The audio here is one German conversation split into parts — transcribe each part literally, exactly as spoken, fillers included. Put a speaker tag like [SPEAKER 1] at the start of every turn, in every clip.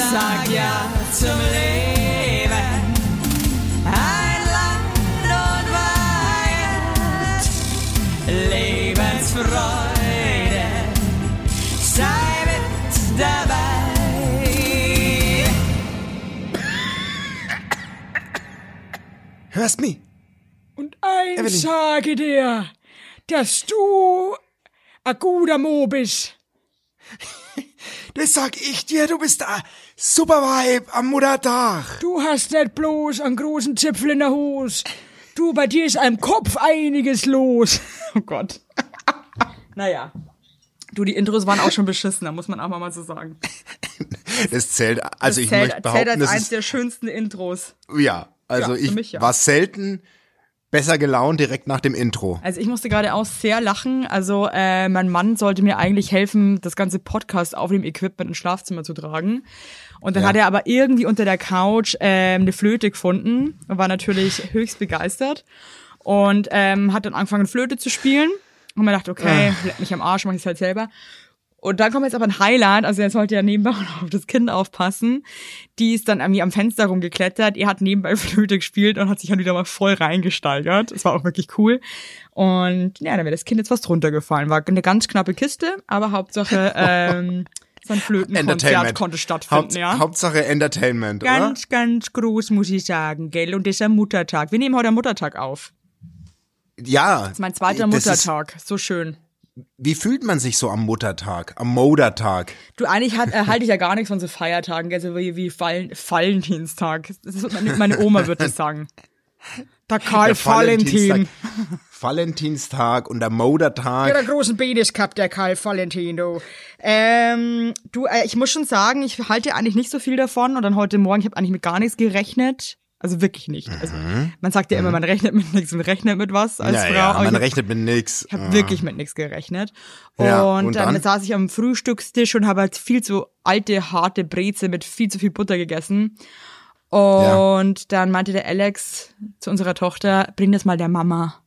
[SPEAKER 1] sag ja zum Leben. Ein Land und Weihend, Lebensfreude, sei mit dabei.
[SPEAKER 2] Hörst mich?
[SPEAKER 3] Und eins
[SPEAKER 2] Evelyn.
[SPEAKER 3] sage dir, dass du ein guter Mo bist.
[SPEAKER 2] Das sag ich dir, du bist ein super Vibe am Muttertag.
[SPEAKER 3] Du hast nicht bloß einen großen Zipfel in der Hose. Du, bei dir ist am Kopf einiges los. Oh Gott. Naja. Du, die Intros waren auch schon beschissen, da muss man auch mal so sagen.
[SPEAKER 2] Das zählt, also
[SPEAKER 3] Das
[SPEAKER 2] ich
[SPEAKER 3] zählt,
[SPEAKER 2] möchte behaupten,
[SPEAKER 3] zählt als
[SPEAKER 2] das
[SPEAKER 3] eins
[SPEAKER 2] ist,
[SPEAKER 3] der schönsten Intros.
[SPEAKER 2] ja, also
[SPEAKER 3] Ja, für
[SPEAKER 2] ich
[SPEAKER 3] mich ja.
[SPEAKER 2] war selten besser gelaunt direkt nach dem Intro.
[SPEAKER 3] Also ich musste gerade auch sehr lachen. Also äh, mein Mann sollte mir eigentlich helfen, das ganze Podcast auf dem Equipment ins Schlafzimmer zu tragen. Und dann
[SPEAKER 2] Ja.
[SPEAKER 3] hat er aber irgendwie unter der Couch ähm, eine Flöte gefunden und war natürlich höchst begeistert. Und ähm, hat dann angefangen, Flöte zu spielen. Und man dachte, okay, leck mich am Arsch, mach ich's halt selber. Und dann kommt jetzt aber ein Highlight, also er sollte ja nebenbei auch noch auf das Kind aufpassen. Die ist dann irgendwie am Fenster rumgeklettert, er hat nebenbei Flöte gespielt und hat sich dann wieder mal voll reingesteigert. Das war auch wirklich cool. Und ja, dann wäre das Kind jetzt fast runtergefallen. War eine ganz knappe Kiste, aber Hauptsache ähm, sein Flötenkonzert konnte stattfinden.
[SPEAKER 2] Haupt,
[SPEAKER 3] ja.
[SPEAKER 2] Hauptsache Entertainment,
[SPEAKER 3] Ganz, ganz groß, muss ich sagen, gell? Und das ist am Muttertag. Wir nehmen heute am Muttertag auf.
[SPEAKER 2] oder? Ja.
[SPEAKER 3] Das ist mein zweiter
[SPEAKER 2] das
[SPEAKER 3] Muttertag. So schön.
[SPEAKER 2] Ist, wie fühlt man sich so am Muttertag, am Modertag?
[SPEAKER 3] Du, eigentlich hat, äh, halte ich ja gar nichts von so Feiertagen, gell? So wie, wie Fallen, Valentinstag. Das ist, meine, meine Oma würde das sagen. Der Karl
[SPEAKER 2] Der
[SPEAKER 3] Valentin.
[SPEAKER 2] Valentinstag, Valentinstag und der Modertag.
[SPEAKER 3] Ja, der großen Penis gehabt, der Karl Valentin, du. Ähm, du, äh, ich muss schon sagen, ich halte eigentlich nicht so viel davon. Und dann heute Morgen, ich habe eigentlich mit gar nichts gerechnet. Also wirklich nicht. Also, man sagt ja immer, man rechnet mit nichts und rechnet mit was als
[SPEAKER 2] ja,
[SPEAKER 3] Frau.
[SPEAKER 2] ja,
[SPEAKER 3] Aber
[SPEAKER 2] man
[SPEAKER 3] ich hab-
[SPEAKER 2] rechnet mit nix.
[SPEAKER 3] Ich habe wirklich mit nichts gerechnet.
[SPEAKER 2] Ja,
[SPEAKER 3] und
[SPEAKER 2] und
[SPEAKER 3] dann,
[SPEAKER 2] dann?
[SPEAKER 3] saß ich am Frühstückstisch und habe halt viel zu alte, harte Breze mit viel zu viel Butter gegessen. Und dann meinte der Alex zu unserer Tochter, bring das mal der Mama.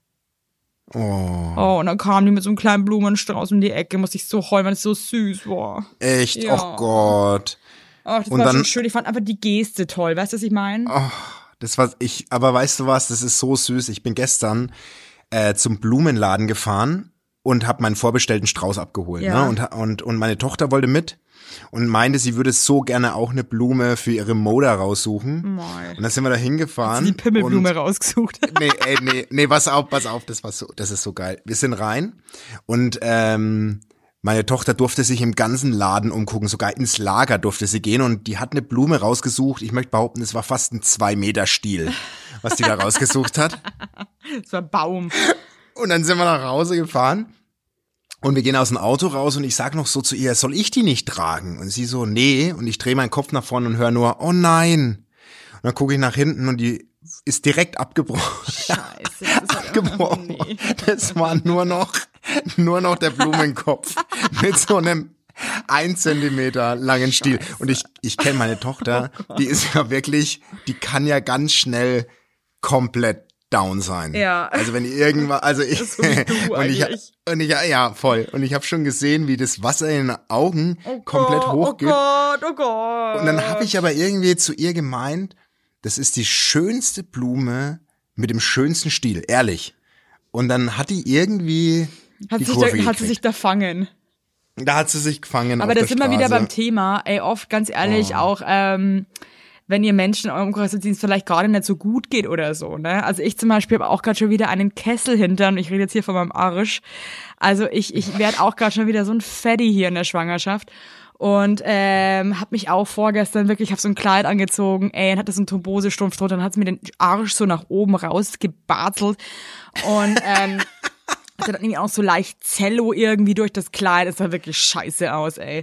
[SPEAKER 2] Oh,
[SPEAKER 3] Oh, und dann kam die mit so einem kleinen Blumenstrauß um die Ecke, musste ich so heulen, weil es so süß war.
[SPEAKER 2] echt?
[SPEAKER 3] Ja.
[SPEAKER 2] Oh Gott.
[SPEAKER 3] Ach, das
[SPEAKER 2] Und
[SPEAKER 3] war
[SPEAKER 2] dann-
[SPEAKER 3] schon schön. Ich fand einfach die Geste toll. Weißt du, was ich meine?
[SPEAKER 2] Oh, das war ich, aber weißt du was, das ist so süß. Ich bin gestern äh, zum Blumenladen gefahren und habe meinen vorbestellten Strauß abgeholt.
[SPEAKER 3] Ja.
[SPEAKER 2] Ne? Und, und, und meine Tochter wollte mit und meinte, sie würde so gerne auch eine Blume für ihre Moda raussuchen.
[SPEAKER 3] Mei.
[SPEAKER 2] Und dann sind wir da hingefahren.
[SPEAKER 3] Die Pimmelblume
[SPEAKER 2] und,
[SPEAKER 3] rausgesucht.
[SPEAKER 2] Nee, ey, nee, nee, pass auf, pass auf, das war so, das ist so geil. Wir sind rein und ähm, meine Tochter durfte sich im ganzen Laden umgucken, sogar ins Lager durfte sie gehen und die hat eine Blume rausgesucht. Ich möchte behaupten, es war fast ein zwei Meter Stiel, was die da rausgesucht hat.
[SPEAKER 3] Das war ein Baum.
[SPEAKER 2] Und dann sind wir nach Hause gefahren und wir gehen aus dem Auto raus und ich sag noch so zu ihr, soll ich die nicht tragen? Und sie so, nee. Und ich drehe meinen Kopf nach vorne und höre nur, oh nein. Und dann gucke ich nach hinten und die ist direkt abgebrochen.
[SPEAKER 3] Scheiße. Das ist halt
[SPEAKER 2] abgebrochen.
[SPEAKER 3] nee.
[SPEAKER 2] Das war nur noch, nur noch der Blumenkopf mit so einem ein Zentimeter langen Stiel. Und ich, ich kenne meine Tochter, die ist ja wirklich, die kann ja ganz schnell komplett down sein.
[SPEAKER 3] Ja.
[SPEAKER 2] Also wenn irgendwann, also ich,
[SPEAKER 3] ist so wie du
[SPEAKER 2] und ich,
[SPEAKER 3] eigentlich.
[SPEAKER 2] und ich, ja, voll. Und ich habe schon gesehen, wie das Wasser in den Augen
[SPEAKER 3] Oh
[SPEAKER 2] komplett
[SPEAKER 3] Gott,
[SPEAKER 2] hochgeht.
[SPEAKER 3] Oh Gott, oh Gott.
[SPEAKER 2] Und dann habe ich aber irgendwie zu ihr gemeint, das ist die schönste Blume mit dem schönsten Stiel, ehrlich. Und dann hat die irgendwie
[SPEAKER 3] hat,
[SPEAKER 2] die
[SPEAKER 3] sich
[SPEAKER 2] Kurve
[SPEAKER 3] da, hat sie
[SPEAKER 2] gekriegt.
[SPEAKER 3] sich da fangen.
[SPEAKER 2] Da hat sie sich gefangen
[SPEAKER 3] Aber
[SPEAKER 2] auf
[SPEAKER 3] da
[SPEAKER 2] der
[SPEAKER 3] sind wir wieder
[SPEAKER 2] Straße.
[SPEAKER 3] beim Thema. Ey, oft, ganz ehrlich,
[SPEAKER 2] Oh.
[SPEAKER 3] auch, ähm, wenn ihr Menschen in eurem Gottesdienst vielleicht gerade nicht so gut geht oder so, ne? Also ich zum Beispiel habe auch gerade schon wieder einen Kessel hintern. Ich rede jetzt hier von meinem Arsch. Also ich, ich werde auch gerade schon wieder so ein Fatty hier in der Schwangerschaft. Und ähm, habe mich auch vorgestern wirklich, habe so ein Kleid angezogen, ey, und hatte so einen Thrombosestrumpf drunter, dann hat's mir den Arsch so nach oben rausgebarzelt. Und ähm, hatte dann irgendwie auch so leicht Zello irgendwie durch das Kleid. Es sah wirklich scheiße aus, ey.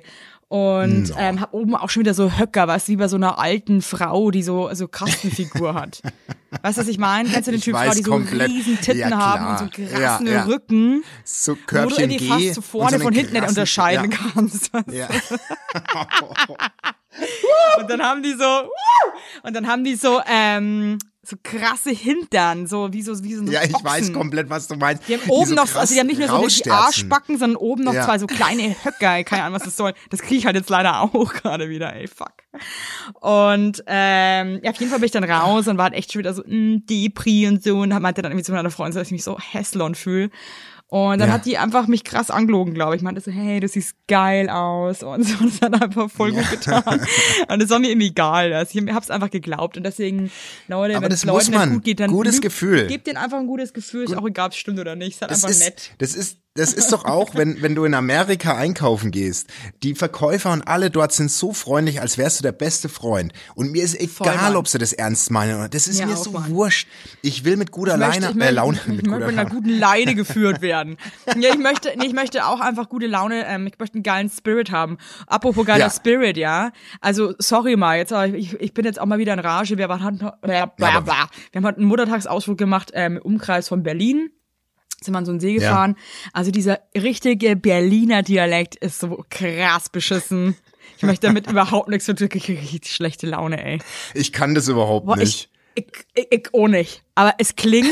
[SPEAKER 3] Und
[SPEAKER 2] No.
[SPEAKER 3] ähm, hab oben auch schon wieder so Höcker, was wie bei so einer alten Frau, die so so Kastenfigur hat. Weißt du, was ich meine? Kennst du den
[SPEAKER 2] Ich
[SPEAKER 3] Typ Frau,
[SPEAKER 2] weiß
[SPEAKER 3] die so
[SPEAKER 2] komplett.
[SPEAKER 3] riesen Titten
[SPEAKER 2] Ja,
[SPEAKER 3] haben
[SPEAKER 2] klar.
[SPEAKER 3] und so einen krassen
[SPEAKER 2] Ja, ja.
[SPEAKER 3] Rücken,
[SPEAKER 2] So
[SPEAKER 3] wo du
[SPEAKER 2] Körbchen
[SPEAKER 3] irgendwie
[SPEAKER 2] G
[SPEAKER 3] fast so
[SPEAKER 2] und
[SPEAKER 3] vorne
[SPEAKER 2] so einen
[SPEAKER 3] von hinten nicht
[SPEAKER 2] krassen-
[SPEAKER 3] unterscheiden
[SPEAKER 2] ja.
[SPEAKER 3] kannst.
[SPEAKER 2] Ja.
[SPEAKER 3] Und dann haben die so, und dann haben die so, ähm, so krasse Hintern, so wie so wie so ein
[SPEAKER 2] Ja, ich
[SPEAKER 3] Ochsen.
[SPEAKER 2] weiß komplett, was du meinst.
[SPEAKER 3] Die haben oben
[SPEAKER 2] so
[SPEAKER 3] noch,
[SPEAKER 2] krass
[SPEAKER 3] also die haben nicht nur so die
[SPEAKER 2] raussterzen.
[SPEAKER 3] Arschbacken, sondern oben noch
[SPEAKER 2] Ja.
[SPEAKER 3] zwei so kleine Höcker. Keine Ahnung, was das soll. Das kriege ich halt jetzt leider auch gerade wieder, ey, fuck. Und ähm, ja, auf jeden Fall bin ich dann raus und war halt echt schon wieder so, mh, Depri und so und meinte dann irgendwie zu meiner Freundin, dass ich mich so hässlon fühle. Und dann
[SPEAKER 2] Ja.
[SPEAKER 3] hat die einfach mich krass angelogen, glaube ich. Meinte so, hey, du siehst geil aus und so. Und das hat einfach voll gut getan. Und das war mir irgendwie egal. Also ich hab's einfach geglaubt. Und deswegen, Leute,
[SPEAKER 2] Aber
[SPEAKER 3] wenn
[SPEAKER 2] das
[SPEAKER 3] es Leuten
[SPEAKER 2] muss man.
[SPEAKER 3] nicht gut geht, dann
[SPEAKER 2] Gutes
[SPEAKER 3] lügt-
[SPEAKER 2] Gefühl.
[SPEAKER 3] Gebt denen einfach ein gutes Gefühl. Ist auch egal, ob es stimmt oder nicht. Ist halt
[SPEAKER 2] Das
[SPEAKER 3] einfach
[SPEAKER 2] ist,
[SPEAKER 3] nett.
[SPEAKER 2] das ist, das ist doch auch, wenn, wenn du in Amerika einkaufen gehst. Die Verkäufer und alle dort sind so freundlich, als wärst du der beste Freund. Und mir ist
[SPEAKER 3] Voll,
[SPEAKER 2] egal,
[SPEAKER 3] Mann.
[SPEAKER 2] ob sie das ernst meinen oder, das ist
[SPEAKER 3] Mir
[SPEAKER 2] mir
[SPEAKER 3] auch,
[SPEAKER 2] so
[SPEAKER 3] Mann.
[SPEAKER 2] wurscht. Ich will mit guter
[SPEAKER 3] Ich möchte,
[SPEAKER 2] Leine,
[SPEAKER 3] ich möchte,
[SPEAKER 2] äh, Laune,
[SPEAKER 3] ich
[SPEAKER 2] mit
[SPEAKER 3] möchte
[SPEAKER 2] guter
[SPEAKER 3] mit einer
[SPEAKER 2] Laune.
[SPEAKER 3] guten Leine geführt werden. Ja, ich möchte, nee, ich möchte auch einfach gute Laune, ähm, ich möchte einen geilen Spirit haben. Apropos geiler
[SPEAKER 2] Ja.
[SPEAKER 3] Spirit, ja. Also, sorry mal, jetzt, aber ich, ich bin jetzt auch mal wieder in Rage. Wir, waren, bla, bla, bla, bla. Wir haben heute einen Muttertagsausflug gemacht, ähm, im Umkreis von Berlin. Sind wir an so einen See
[SPEAKER 2] Ja.
[SPEAKER 3] gefahren. Also dieser richtige Berliner Dialekt ist so krass beschissen. Ich möchte damit überhaupt nichts zu tun. Ich kriege richtig schlechte Laune, ey.
[SPEAKER 2] Ich kann das überhaupt
[SPEAKER 3] Boah,
[SPEAKER 2] nicht.
[SPEAKER 3] ich, ich, ich, ich auch nicht. Aber es klingt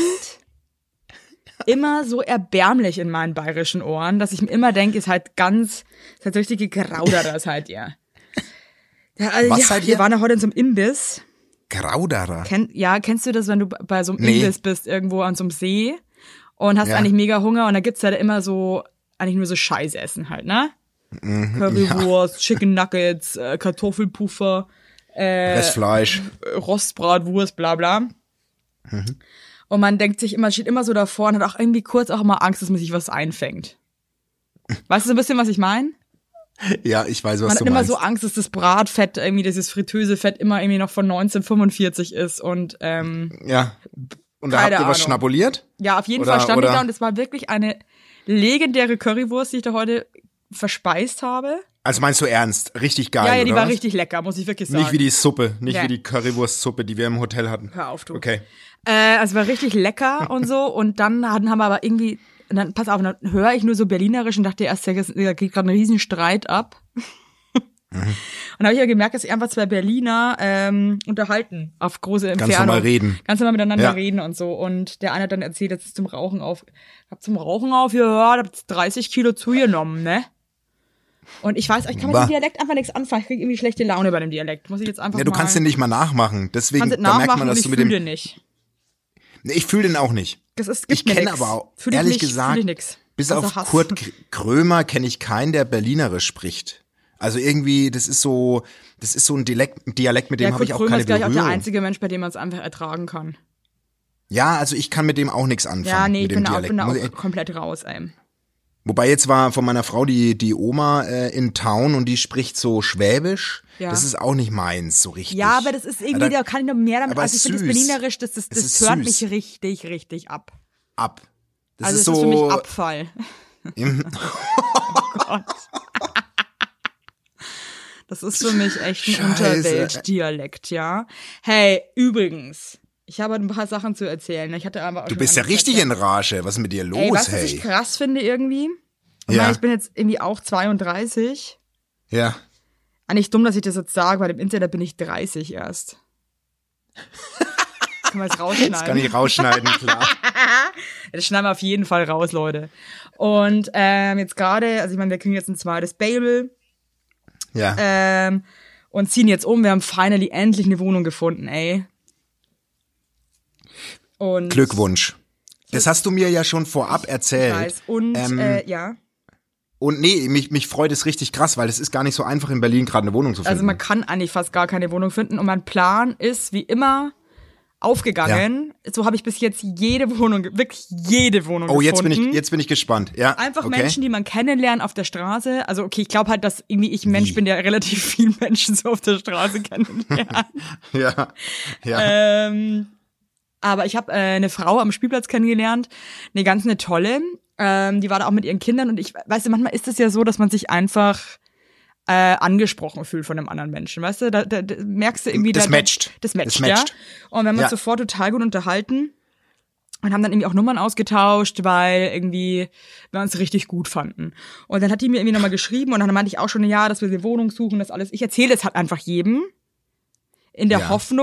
[SPEAKER 3] immer so erbärmlich in meinen bayerischen Ohren, dass ich mir immer denke, ist halt ganz, ist halt so richtige Grauderer seid ihr. Ja, also,
[SPEAKER 2] Was
[SPEAKER 3] ja,
[SPEAKER 2] seid
[SPEAKER 3] wir
[SPEAKER 2] ihr?
[SPEAKER 3] waren ja heute in so einem Imbiss.
[SPEAKER 2] Grauderer.
[SPEAKER 3] Kenn, ja, kennst du das, wenn du bei so einem
[SPEAKER 2] Nee.
[SPEAKER 3] Imbiss bist, irgendwo an so einem See und hast
[SPEAKER 2] Ja.
[SPEAKER 3] eigentlich mega Hunger und da gibt's halt immer so, eigentlich nur so Scheißessen halt, ne?
[SPEAKER 2] Mhm,
[SPEAKER 3] Currywurst, Chicken Nuggets, äh, Kartoffelpuffer, äh,
[SPEAKER 2] Restfleisch.
[SPEAKER 3] Rostbratwurst, bla bla. Und man denkt sich immer, steht immer so davor und hat auch irgendwie kurz auch immer Angst, dass man sich was einfängt. Weißt du so ein bisschen, was ich meine?
[SPEAKER 2] Ja, ich weiß, was
[SPEAKER 3] Man hat
[SPEAKER 2] du
[SPEAKER 3] immer
[SPEAKER 2] meinst.
[SPEAKER 3] so Angst, dass das Bratfett, irgendwie dieses Fritteusefett immer irgendwie noch von neunzehnhundertfünfundvierzig ist und ähm,
[SPEAKER 2] Ja. Und da
[SPEAKER 3] Keine
[SPEAKER 2] habt ihr was
[SPEAKER 3] Ahnung.
[SPEAKER 2] schnabuliert?
[SPEAKER 3] ja, auf jeden
[SPEAKER 2] Oder-
[SPEAKER 3] Fall stand ich
[SPEAKER 2] oder-
[SPEAKER 3] da und es war wirklich eine legendäre Currywurst, die ich da heute verspeist habe.
[SPEAKER 2] Also meinst du ernst? Richtig geil,
[SPEAKER 3] ja, ja, die
[SPEAKER 2] oder
[SPEAKER 3] war
[SPEAKER 2] was?
[SPEAKER 3] richtig lecker, muss ich wirklich sagen.
[SPEAKER 2] Nicht wie die Suppe, nicht
[SPEAKER 3] Ja.
[SPEAKER 2] wie die Currywurstsuppe, die wir im Hotel hatten.
[SPEAKER 3] Hör auf, du.
[SPEAKER 2] Okay.
[SPEAKER 3] Äh, also war richtig lecker und so. Und dann hatten, haben wir aber irgendwie, und dann, pass auf, dann höre ich nur so berlinerisch und dachte erst, da geht gerade ein riesen Streit ab.
[SPEAKER 2] Mhm.
[SPEAKER 3] Und dann habe ich ja gemerkt, dass sich einfach zwei Berliner ähm, unterhalten auf große Entfernung.
[SPEAKER 2] normal reden.
[SPEAKER 3] Ganz normal miteinander
[SPEAKER 2] Ja.
[SPEAKER 3] reden und so. Und der eine hat dann erzählt, dass es zum Rauchen auf, hab zum Rauchen aufgehört, hab jetzt dreißig Kilo zugenommen, ne? Und ich weiß, ich kann mit
[SPEAKER 2] Bah.
[SPEAKER 3] dem Dialekt einfach nichts anfangen. Ich kriege irgendwie schlechte Laune bei dem Dialekt. Muss ich jetzt einfach
[SPEAKER 2] Ja, du
[SPEAKER 3] mal...
[SPEAKER 2] kannst den nicht mal nachmachen. Deswegen,
[SPEAKER 3] kannst
[SPEAKER 2] da
[SPEAKER 3] den
[SPEAKER 2] merkt
[SPEAKER 3] nachmachen
[SPEAKER 2] man,
[SPEAKER 3] und
[SPEAKER 2] dass
[SPEAKER 3] ich
[SPEAKER 2] du mit
[SPEAKER 3] fühle
[SPEAKER 2] dem.
[SPEAKER 3] den nicht.
[SPEAKER 2] Nee, ich fühle den auch nicht.
[SPEAKER 3] Das ist, gibt
[SPEAKER 2] Ich
[SPEAKER 3] mir
[SPEAKER 2] kenne
[SPEAKER 3] nix.
[SPEAKER 2] aber auch,
[SPEAKER 3] Fühl ich
[SPEAKER 2] ehrlich
[SPEAKER 3] nicht,
[SPEAKER 2] gesagt,
[SPEAKER 3] fühl ich nix.
[SPEAKER 2] bis
[SPEAKER 3] Außer
[SPEAKER 2] auf
[SPEAKER 3] Hass.
[SPEAKER 2] Kurt K- Krömer kenne ich keinen, der Berlinerisch spricht. Also irgendwie, das ist so, das ist so ein Dialekt, Dialekt mit dem
[SPEAKER 3] Ja,
[SPEAKER 2] habe
[SPEAKER 3] Kurt
[SPEAKER 2] ich auch
[SPEAKER 3] Krömer
[SPEAKER 2] keine
[SPEAKER 3] ist gleich auch der
[SPEAKER 2] Berührung.
[SPEAKER 3] einzige Mensch, bei dem man es einfach ertragen kann.
[SPEAKER 2] Ja, also ich kann mit dem auch nichts anfangen.
[SPEAKER 3] Ja, nee, ich
[SPEAKER 2] mit dem
[SPEAKER 3] bin, da auch,
[SPEAKER 2] Dialekt.
[SPEAKER 3] bin da
[SPEAKER 2] Muss ich-
[SPEAKER 3] auch komplett raus, ey.
[SPEAKER 2] Wobei jetzt war von meiner Frau die, die Oma äh, in Town und die spricht so Schwäbisch.
[SPEAKER 3] Ja.
[SPEAKER 2] Das ist auch nicht meins, so richtig.
[SPEAKER 3] Ja, aber das ist irgendwie,
[SPEAKER 2] Aber
[SPEAKER 3] da kann ich noch mehr damit,
[SPEAKER 2] aber
[SPEAKER 3] also ich finde das
[SPEAKER 2] süß.
[SPEAKER 3] Berlinerisch, das, das,
[SPEAKER 2] Es
[SPEAKER 3] das
[SPEAKER 2] ist
[SPEAKER 3] hört
[SPEAKER 2] süß.
[SPEAKER 3] mich richtig, richtig ab.
[SPEAKER 2] ab. Das
[SPEAKER 3] Also
[SPEAKER 2] ist
[SPEAKER 3] es
[SPEAKER 2] so.
[SPEAKER 3] ist für mich Abfall.
[SPEAKER 2] Im-
[SPEAKER 3] Oh Gott. Das ist für mich echt ein
[SPEAKER 2] Scheiße.
[SPEAKER 3] Unterweltdialekt, ja. Hey, übrigens, ich habe ein paar Sachen zu erzählen. Ich hatte aber auch
[SPEAKER 2] Du
[SPEAKER 3] schon
[SPEAKER 2] bist ja
[SPEAKER 3] alles
[SPEAKER 2] richtig
[SPEAKER 3] erzählt.
[SPEAKER 2] in Rage. Was ist mit dir los,
[SPEAKER 3] Ey, weißt du, was
[SPEAKER 2] hey?
[SPEAKER 3] ich krass finde irgendwie? Ich
[SPEAKER 2] Ja.
[SPEAKER 3] meine, ich bin jetzt irgendwie auch zweiunddreißig.
[SPEAKER 2] Ja.
[SPEAKER 3] Eigentlich dumm, dass ich das jetzt sage, weil im Internet bin ich dreißig erst. Das kann man jetzt rausschneiden.
[SPEAKER 2] Das kann ich rausschneiden, klar.
[SPEAKER 3] Das schneiden wir auf jeden Fall raus, Leute. Und ähm, jetzt gerade, also ich meine, wir kriegen jetzt ein zweites Babel
[SPEAKER 2] Ja.
[SPEAKER 3] ähm, und ziehen jetzt um. Wir haben finally endlich eine Wohnung gefunden, ey. Und
[SPEAKER 2] Glückwunsch. Das hast du mir ja schon vorab erzählt.
[SPEAKER 3] Weiß. Und
[SPEAKER 2] Ähm,
[SPEAKER 3] äh, ja,
[SPEAKER 2] Und nee, mich, mich freut es richtig krass, weil es ist gar nicht so einfach in Berlin gerade eine Wohnung zu finden.
[SPEAKER 3] also man kann eigentlich fast gar keine Wohnung finden. Und mein Plan ist, wie immer, aufgegangen. So habe ich bis jetzt jede Wohnung, wirklich jede Wohnung
[SPEAKER 2] oh, jetzt
[SPEAKER 3] gefunden.
[SPEAKER 2] bin ich, jetzt bin ich gespannt. Ja.
[SPEAKER 3] Einfach
[SPEAKER 2] okay.
[SPEAKER 3] Menschen, die man kennenlernt auf der Straße. Also okay, ich glaube halt, dass irgendwie ich ein Mensch
[SPEAKER 2] Wie?
[SPEAKER 3] bin, der relativ viele Menschen so auf der Straße kennenlernt.
[SPEAKER 2] Ja. Ja.
[SPEAKER 3] ähm, aber ich habe äh, eine Frau am Spielplatz kennengelernt, eine ganz eine tolle. Ähm, die war da auch mit ihren Kindern und ich, weißt du, manchmal ist es ja so, dass man sich einfach äh, angesprochen fühlt von einem anderen Menschen, weißt du? Da, da, da merkst du irgendwie,
[SPEAKER 2] Das
[SPEAKER 3] da,
[SPEAKER 2] matcht.
[SPEAKER 3] Das matcht,
[SPEAKER 2] Das matcht.
[SPEAKER 3] ja. Und wir haben uns
[SPEAKER 2] Ja.
[SPEAKER 3] sofort total gut unterhalten und haben dann irgendwie auch Nummern ausgetauscht, weil irgendwie wir uns richtig gut fanden. Und dann hat die mir irgendwie nochmal geschrieben und dann meinte ich auch schon, ja, dass wir eine Wohnung suchen, das alles. Ich erzähle es halt einfach jedem in der
[SPEAKER 2] Ja.
[SPEAKER 3] Hoffnung,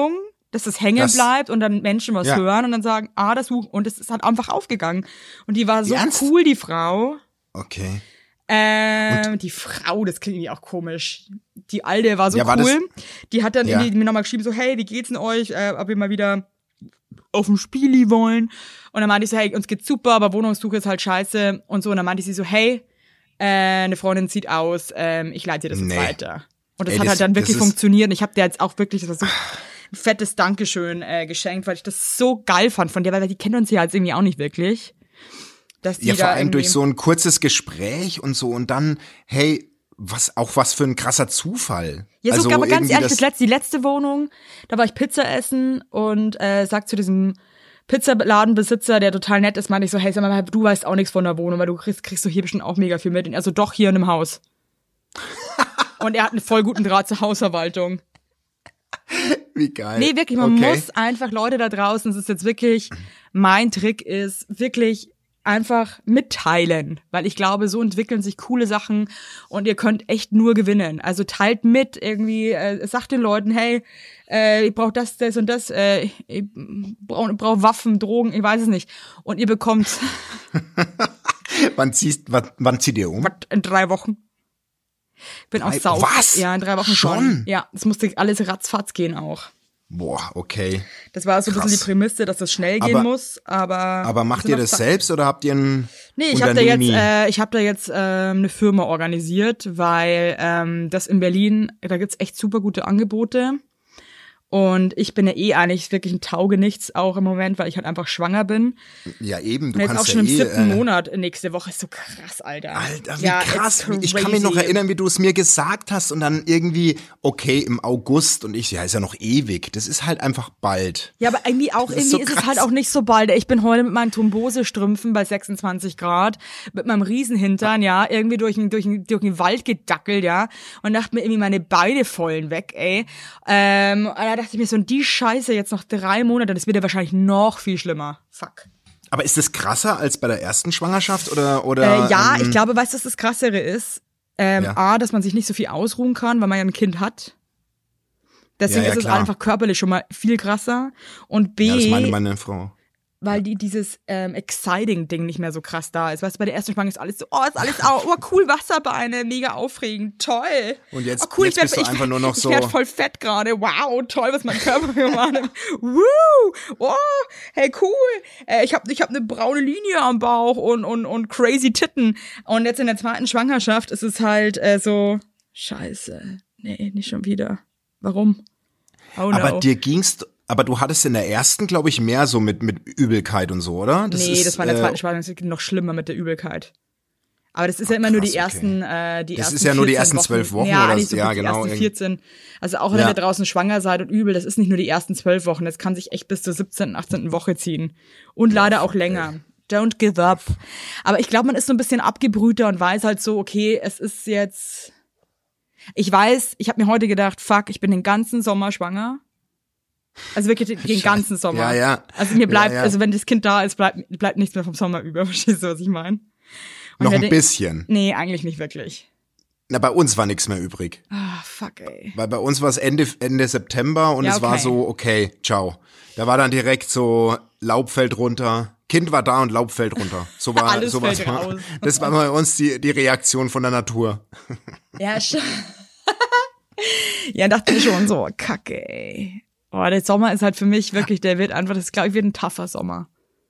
[SPEAKER 3] dass das hängen
[SPEAKER 2] Das-
[SPEAKER 3] bleibt und dann Menschen was
[SPEAKER 2] Ja.
[SPEAKER 3] hören und dann sagen, ah, das Buch. Und es ist halt einfach aufgegangen. Und die war so
[SPEAKER 2] Ernst?
[SPEAKER 3] cool, die Frau.
[SPEAKER 2] Okay.
[SPEAKER 3] Ähm, die Frau, das klingt irgendwie auch komisch. Die Alte war so
[SPEAKER 2] Ja, war
[SPEAKER 3] cool. Die hat dann
[SPEAKER 2] Ja.
[SPEAKER 3] irgendwie mir nochmal geschrieben, so, hey, wie geht's denn euch? Äh, ob ihr mal wieder auf dem Spieli wollen? Und dann meinte ich so, hey, uns geht's super, aber Wohnungssuche ist halt scheiße. Und so, und dann meinte sie so, hey, äh, eine Freundin zieht aus, ähm, ich leite dir das jetzt
[SPEAKER 2] Nee.
[SPEAKER 3] weiter. Und das
[SPEAKER 2] Ey,
[SPEAKER 3] hat
[SPEAKER 2] das-
[SPEAKER 3] halt dann wirklich
[SPEAKER 2] das ist-
[SPEAKER 3] funktioniert. Und ich habe dir jetzt auch wirklich, das war so ein fettes Dankeschön äh, geschenkt, weil ich das so geil fand von der, weil die kennt uns ja jetzt irgendwie auch nicht wirklich. Dass die
[SPEAKER 2] Ja, vor
[SPEAKER 3] da
[SPEAKER 2] allem durch
[SPEAKER 3] irgendwie-
[SPEAKER 2] so ein kurzes Gespräch und so und dann, hey, was auch was für ein krasser Zufall.
[SPEAKER 3] Ja,
[SPEAKER 2] also
[SPEAKER 3] sogar, aber ganz
[SPEAKER 2] irgendwie
[SPEAKER 3] ehrlich,
[SPEAKER 2] das-
[SPEAKER 3] das letzte, die letzte Wohnung, da war ich Pizza essen und äh, sag zu diesem Pizzaladenbesitzer, der total nett ist, meinte ich so, hey, sag mal, du weißt auch nichts von der Wohnung, weil du kriegst, kriegst du hier bestimmt auch mega viel mit. Und er so, doch, hier in einem Haus. Und er hat einen voll guten Draht zur Hausverwaltung.
[SPEAKER 2] Wie geil.
[SPEAKER 3] Nee, wirklich, man
[SPEAKER 2] okay.
[SPEAKER 3] muss einfach Leute da draußen, das ist jetzt wirklich, mein Trick ist wirklich einfach mitteilen, weil ich glaube, so entwickeln sich coole Sachen und ihr könnt echt nur gewinnen. Also teilt mit irgendwie, äh, sagt den Leuten, hey, äh, ich brauche das, das und das, äh, ich brauche brauch Waffen, Drogen, ich weiß es nicht. Und ihr bekommt
[SPEAKER 2] Wann ziehst, wann, wann zieht ihr um?
[SPEAKER 3] was in drei Wochen. Ich bin auch
[SPEAKER 2] Drei-
[SPEAKER 3] sau.
[SPEAKER 2] Was?
[SPEAKER 3] Ja, in drei Wochen schon.
[SPEAKER 2] Schon?
[SPEAKER 3] Ja, es musste alles ratzfatz gehen auch.
[SPEAKER 2] Boah, okay.
[SPEAKER 3] Das war so ein bisschen
[SPEAKER 2] Krass.
[SPEAKER 3] die Prämisse, dass das schnell gehen
[SPEAKER 2] Aber-
[SPEAKER 3] muss, aber
[SPEAKER 2] Aber macht
[SPEAKER 3] sind
[SPEAKER 2] ihr
[SPEAKER 3] noch
[SPEAKER 2] das
[SPEAKER 3] Sa-
[SPEAKER 2] selbst oder habt ihr ein
[SPEAKER 3] Nee, ich habe da jetzt,
[SPEAKER 2] Unternehmi?
[SPEAKER 3] äh, ich habe da jetzt ähm, eine Firma organisiert, weil ähm, das in Berlin, da gibt's echt super gute Angebote. Und ich bin ja eh eigentlich wirklich ein Taugenichts auch im Moment, weil ich halt einfach schwanger bin.
[SPEAKER 2] Ja, eben, du
[SPEAKER 3] Und jetzt
[SPEAKER 2] kannst
[SPEAKER 3] auch schon
[SPEAKER 2] ja
[SPEAKER 3] im
[SPEAKER 2] eh,
[SPEAKER 3] siebten
[SPEAKER 2] äh,
[SPEAKER 3] Monat nächste Woche. Ist so krass, Alter.
[SPEAKER 2] Alter, wie
[SPEAKER 3] Ja,
[SPEAKER 2] krass.
[SPEAKER 3] it's
[SPEAKER 2] Ich kann mich noch
[SPEAKER 3] crazy.
[SPEAKER 2] erinnern, wie du es mir gesagt hast und dann irgendwie, okay, im August und ich, ja, ist ja noch ewig. Das ist halt einfach bald.
[SPEAKER 3] Ja, aber irgendwie auch,
[SPEAKER 2] Das ist
[SPEAKER 3] irgendwie
[SPEAKER 2] so
[SPEAKER 3] ist es
[SPEAKER 2] krass.
[SPEAKER 3] halt auch nicht so bald. Ich bin heute mit meinen Thrombosestrümpfen bei sechsundzwanzig Grad, mit meinem Riesenhintern, ja, irgendwie durch den, durch den, durch den Wald gedackelt, ja, und dachte mir irgendwie meine Beine vollen weg, ey. Ähm, und da dachte ich mir so, und die Scheiße jetzt noch drei Monate, das wird ja wahrscheinlich noch viel schlimmer. Fuck.
[SPEAKER 2] Aber ist das krasser als bei der ersten Schwangerschaft oder, oder?
[SPEAKER 3] Äh, ja,
[SPEAKER 2] ähm,
[SPEAKER 3] ich glaube, weißt du, was das Krassere ist? Ähm,
[SPEAKER 2] Ja.
[SPEAKER 3] A, dass man sich nicht so viel ausruhen kann, weil man ja ein Kind hat. Deswegen
[SPEAKER 2] Ja, ja,
[SPEAKER 3] ist es
[SPEAKER 2] klar.
[SPEAKER 3] einfach körperlich schon mal viel krasser. Und B,
[SPEAKER 2] Ja, das meine meine Frau.
[SPEAKER 3] weil die dieses ähm, Exciting-Ding nicht mehr so krass da ist. Weißt du, bei der ersten Schwangerschaft ist alles so, oh, ist alles, au- oh, cool, Wasserbeine, mega aufregend, toll.
[SPEAKER 2] Und jetzt-
[SPEAKER 3] oh, cool,
[SPEAKER 2] jetzt
[SPEAKER 3] ich werd,
[SPEAKER 2] bist du
[SPEAKER 3] ich,
[SPEAKER 2] einfach nur noch
[SPEAKER 3] ich
[SPEAKER 2] so-
[SPEAKER 3] werd voll fett gerade, wow, toll, was mein Körper gemacht hat. Woo, oh, hey, cool. Äh, ich habe ich hab eine braune Linie am Bauch und, und, und crazy Titten. Und jetzt in der zweiten Schwangerschaft ist es halt äh, so, scheiße, nee, nicht schon wieder. Warum? Oh no.
[SPEAKER 2] Aber dir ging's, aber du hattest in der ersten, glaube ich, mehr so mit, mit Übelkeit und so, oder?
[SPEAKER 3] nee,
[SPEAKER 2] ist,
[SPEAKER 3] das war in der
[SPEAKER 2] äh,
[SPEAKER 3] zweiten Schwangerschaft noch schlimmer mit der Übelkeit. Aber das ist ja
[SPEAKER 2] Ach,
[SPEAKER 3] immer nur
[SPEAKER 2] krass,
[SPEAKER 3] die ersten, äh, die
[SPEAKER 2] Das
[SPEAKER 3] ersten
[SPEAKER 2] ist ja nur die
[SPEAKER 3] vierzehn
[SPEAKER 2] ersten zwölf Wochen
[SPEAKER 3] ja,
[SPEAKER 2] oder
[SPEAKER 3] nicht so
[SPEAKER 2] ja,
[SPEAKER 3] gut, die
[SPEAKER 2] genau,
[SPEAKER 3] ersten
[SPEAKER 2] irgend-
[SPEAKER 3] vierzehn. Also auch wenn
[SPEAKER 2] Ja.
[SPEAKER 3] ihr draußen schwanger seid und übel, das ist nicht nur die ersten zwölf Wochen, das kann sich echt bis zur siebzehnten, achtzehnten Woche ziehen. Und leider auch länger. Don't give up. Aber ich glaube, man ist so ein bisschen abgebrühter und weiß halt so, okay, es ist jetzt. Ich weiß, ich habe mir heute gedacht, fuck, ich bin den ganzen Sommer schwanger. Also wirklich den, den ganzen Sommer.
[SPEAKER 2] Ja, ja.
[SPEAKER 3] Also mir bleibt,
[SPEAKER 2] Ja, ja.
[SPEAKER 3] also wenn das Kind da ist, bleibt, bleibt nichts mehr vom Sommer über. Verstehst du, was ich meine? Und
[SPEAKER 2] Noch
[SPEAKER 3] wer
[SPEAKER 2] ein
[SPEAKER 3] den-
[SPEAKER 2] bisschen.
[SPEAKER 3] Nee, eigentlich nicht wirklich.
[SPEAKER 2] Na, bei uns war nichts mehr übrig.
[SPEAKER 3] Ah, fuck, ey.
[SPEAKER 2] Weil bei uns war es Ende, Ende September und
[SPEAKER 3] Ja,
[SPEAKER 2] es war
[SPEAKER 3] okay.
[SPEAKER 2] so, okay, ciao. Da war dann direkt so Laub fällt runter. Kind war da und Laub fällt runter. So war,
[SPEAKER 3] Alles
[SPEAKER 2] sowas
[SPEAKER 3] fällt
[SPEAKER 2] war,
[SPEAKER 3] raus.
[SPEAKER 2] das war bei uns die, die Reaktion von der Natur.
[SPEAKER 3] Ja, schon. Ja, dachte ich schon so, kacke, ey. Oh, der Sommer ist halt für mich wirklich, der wird einfach, das glaube ich, wird ein tougher Sommer.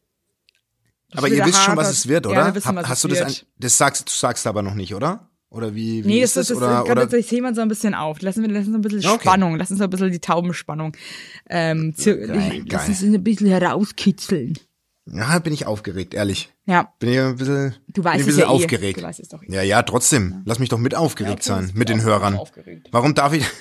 [SPEAKER 3] Das
[SPEAKER 2] Aber
[SPEAKER 3] wird
[SPEAKER 2] ihr
[SPEAKER 3] ein
[SPEAKER 2] wisst schon, was
[SPEAKER 3] harter-
[SPEAKER 2] es wird,
[SPEAKER 3] Ja,
[SPEAKER 2] oder?
[SPEAKER 3] wir wissen,
[SPEAKER 2] Hab-
[SPEAKER 3] was
[SPEAKER 2] Hast
[SPEAKER 3] es
[SPEAKER 2] du das,
[SPEAKER 3] wird.
[SPEAKER 2] ein, das sagst, du sagst aber noch nicht, oder? Oder wie, wie
[SPEAKER 3] Nee,
[SPEAKER 2] ist
[SPEAKER 3] das,
[SPEAKER 2] das?
[SPEAKER 3] das, das,
[SPEAKER 2] oder,
[SPEAKER 3] das,
[SPEAKER 2] oder?
[SPEAKER 3] das heben wir uns so ein bisschen auf. Lassen wir, lassen wir ein bisschen
[SPEAKER 2] Okay.
[SPEAKER 3] Spannung, lassen uns ein bisschen die Taubenspannung, ähm, zu,
[SPEAKER 2] Geil,
[SPEAKER 3] lass
[SPEAKER 2] geil.
[SPEAKER 3] uns ein bisschen herauskitzeln.
[SPEAKER 2] Ja, bin ich aufgeregt, ehrlich.
[SPEAKER 3] Ja,
[SPEAKER 2] Bin ich ein bisschen,
[SPEAKER 3] du
[SPEAKER 2] bin
[SPEAKER 3] weißt
[SPEAKER 2] ich ein
[SPEAKER 3] es
[SPEAKER 2] bisschen
[SPEAKER 3] ja eh.
[SPEAKER 2] aufgeregt.
[SPEAKER 3] Du weißt es doch eh.
[SPEAKER 2] Ja, ja, trotzdem. Lass mich doch mit aufgeregt
[SPEAKER 3] Ja, okay,
[SPEAKER 2] sein,
[SPEAKER 3] ich
[SPEAKER 2] mit
[SPEAKER 3] bin
[SPEAKER 2] den
[SPEAKER 3] auch
[SPEAKER 2] Hörern.
[SPEAKER 3] aufgeregt.
[SPEAKER 2] Warum darf ich?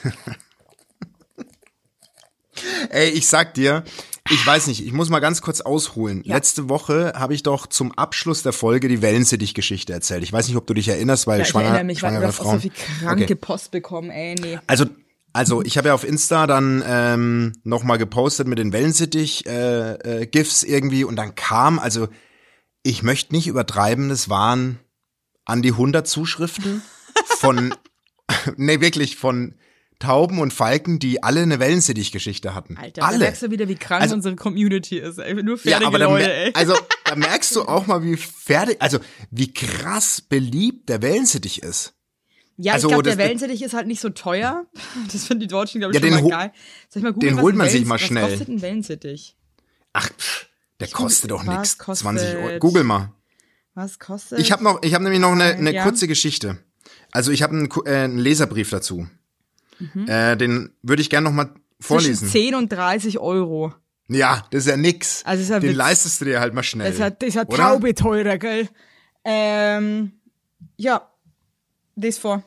[SPEAKER 2] Ey, ich sag dir, ich weiß nicht, ich muss mal ganz kurz ausholen.
[SPEAKER 3] Ja.
[SPEAKER 2] Letzte Woche habe ich doch zum Abschluss der Folge die Wellensittich-Geschichte erzählt. Ich weiß nicht, ob du dich erinnerst, weil
[SPEAKER 3] Ja, ich
[SPEAKER 2] schwanger,
[SPEAKER 3] erinnere mich, weil du
[SPEAKER 2] schwangere
[SPEAKER 3] hast auch so
[SPEAKER 2] Frauen.
[SPEAKER 3] viel kranke
[SPEAKER 2] Okay.
[SPEAKER 3] Post bekommen, ey, nee.
[SPEAKER 2] Also, also ich habe ja auf Insta dann ähm, nochmal gepostet mit den Wellensittich-GIFs äh, äh, GIFs irgendwie und dann kam, also ich möchte nicht übertreiben, es waren an die hundert Zuschriften von, nee, wirklich von Tauben und Falken, die alle eine Wellensittich-Geschichte hatten.
[SPEAKER 3] Alter,
[SPEAKER 2] alle.
[SPEAKER 3] da merkst du wieder, wie krank
[SPEAKER 2] Also-
[SPEAKER 3] unsere Community ist, ey. Nur
[SPEAKER 2] Ja,
[SPEAKER 3] fertige
[SPEAKER 2] aber da,
[SPEAKER 3] Leute,
[SPEAKER 2] mer-
[SPEAKER 3] ey.
[SPEAKER 2] also da merkst du auch mal, wie fertig, also wie krass beliebt der Wellensittich ist.
[SPEAKER 3] Ja,
[SPEAKER 2] also
[SPEAKER 3] ich glaube,
[SPEAKER 2] das-
[SPEAKER 3] der Wellensittich ist halt nicht so teuer. Das finden die Deutschen, glaube ich,
[SPEAKER 2] Ja,
[SPEAKER 3] schon
[SPEAKER 2] den
[SPEAKER 3] mal
[SPEAKER 2] ho-
[SPEAKER 3] geil. Soll ich mal googeln,
[SPEAKER 2] den
[SPEAKER 3] was
[SPEAKER 2] holt
[SPEAKER 3] ein
[SPEAKER 2] man sich
[SPEAKER 3] Wellen-
[SPEAKER 2] mal schnell.
[SPEAKER 3] Was kostet ein Wellensittich?
[SPEAKER 2] Ach, pff, der
[SPEAKER 3] Ich google-
[SPEAKER 2] kostet doch
[SPEAKER 3] was
[SPEAKER 2] nichts.
[SPEAKER 3] kostet-
[SPEAKER 2] zwanzig Euro. Google mal.
[SPEAKER 3] Was kostet?
[SPEAKER 2] Ich habe noch, ich habe nämlich noch eine, eine
[SPEAKER 3] Ja.
[SPEAKER 2] kurze Geschichte. Also ich habe einen, Ku- äh, einen Leserbrief dazu.
[SPEAKER 3] Mhm.
[SPEAKER 2] Äh, den würde ich gerne noch mal
[SPEAKER 3] Zwischen
[SPEAKER 2] vorlesen.
[SPEAKER 3] zehn und dreißig Euro.
[SPEAKER 2] Ja, das ist ja nix.
[SPEAKER 3] Also ist ja
[SPEAKER 2] den
[SPEAKER 3] Witz.
[SPEAKER 2] leistest du dir halt mal schnell.
[SPEAKER 3] Das ist ja, das ist ja
[SPEAKER 2] oder?
[SPEAKER 3] Taube teurer, gell? Ähm, ja, das vor.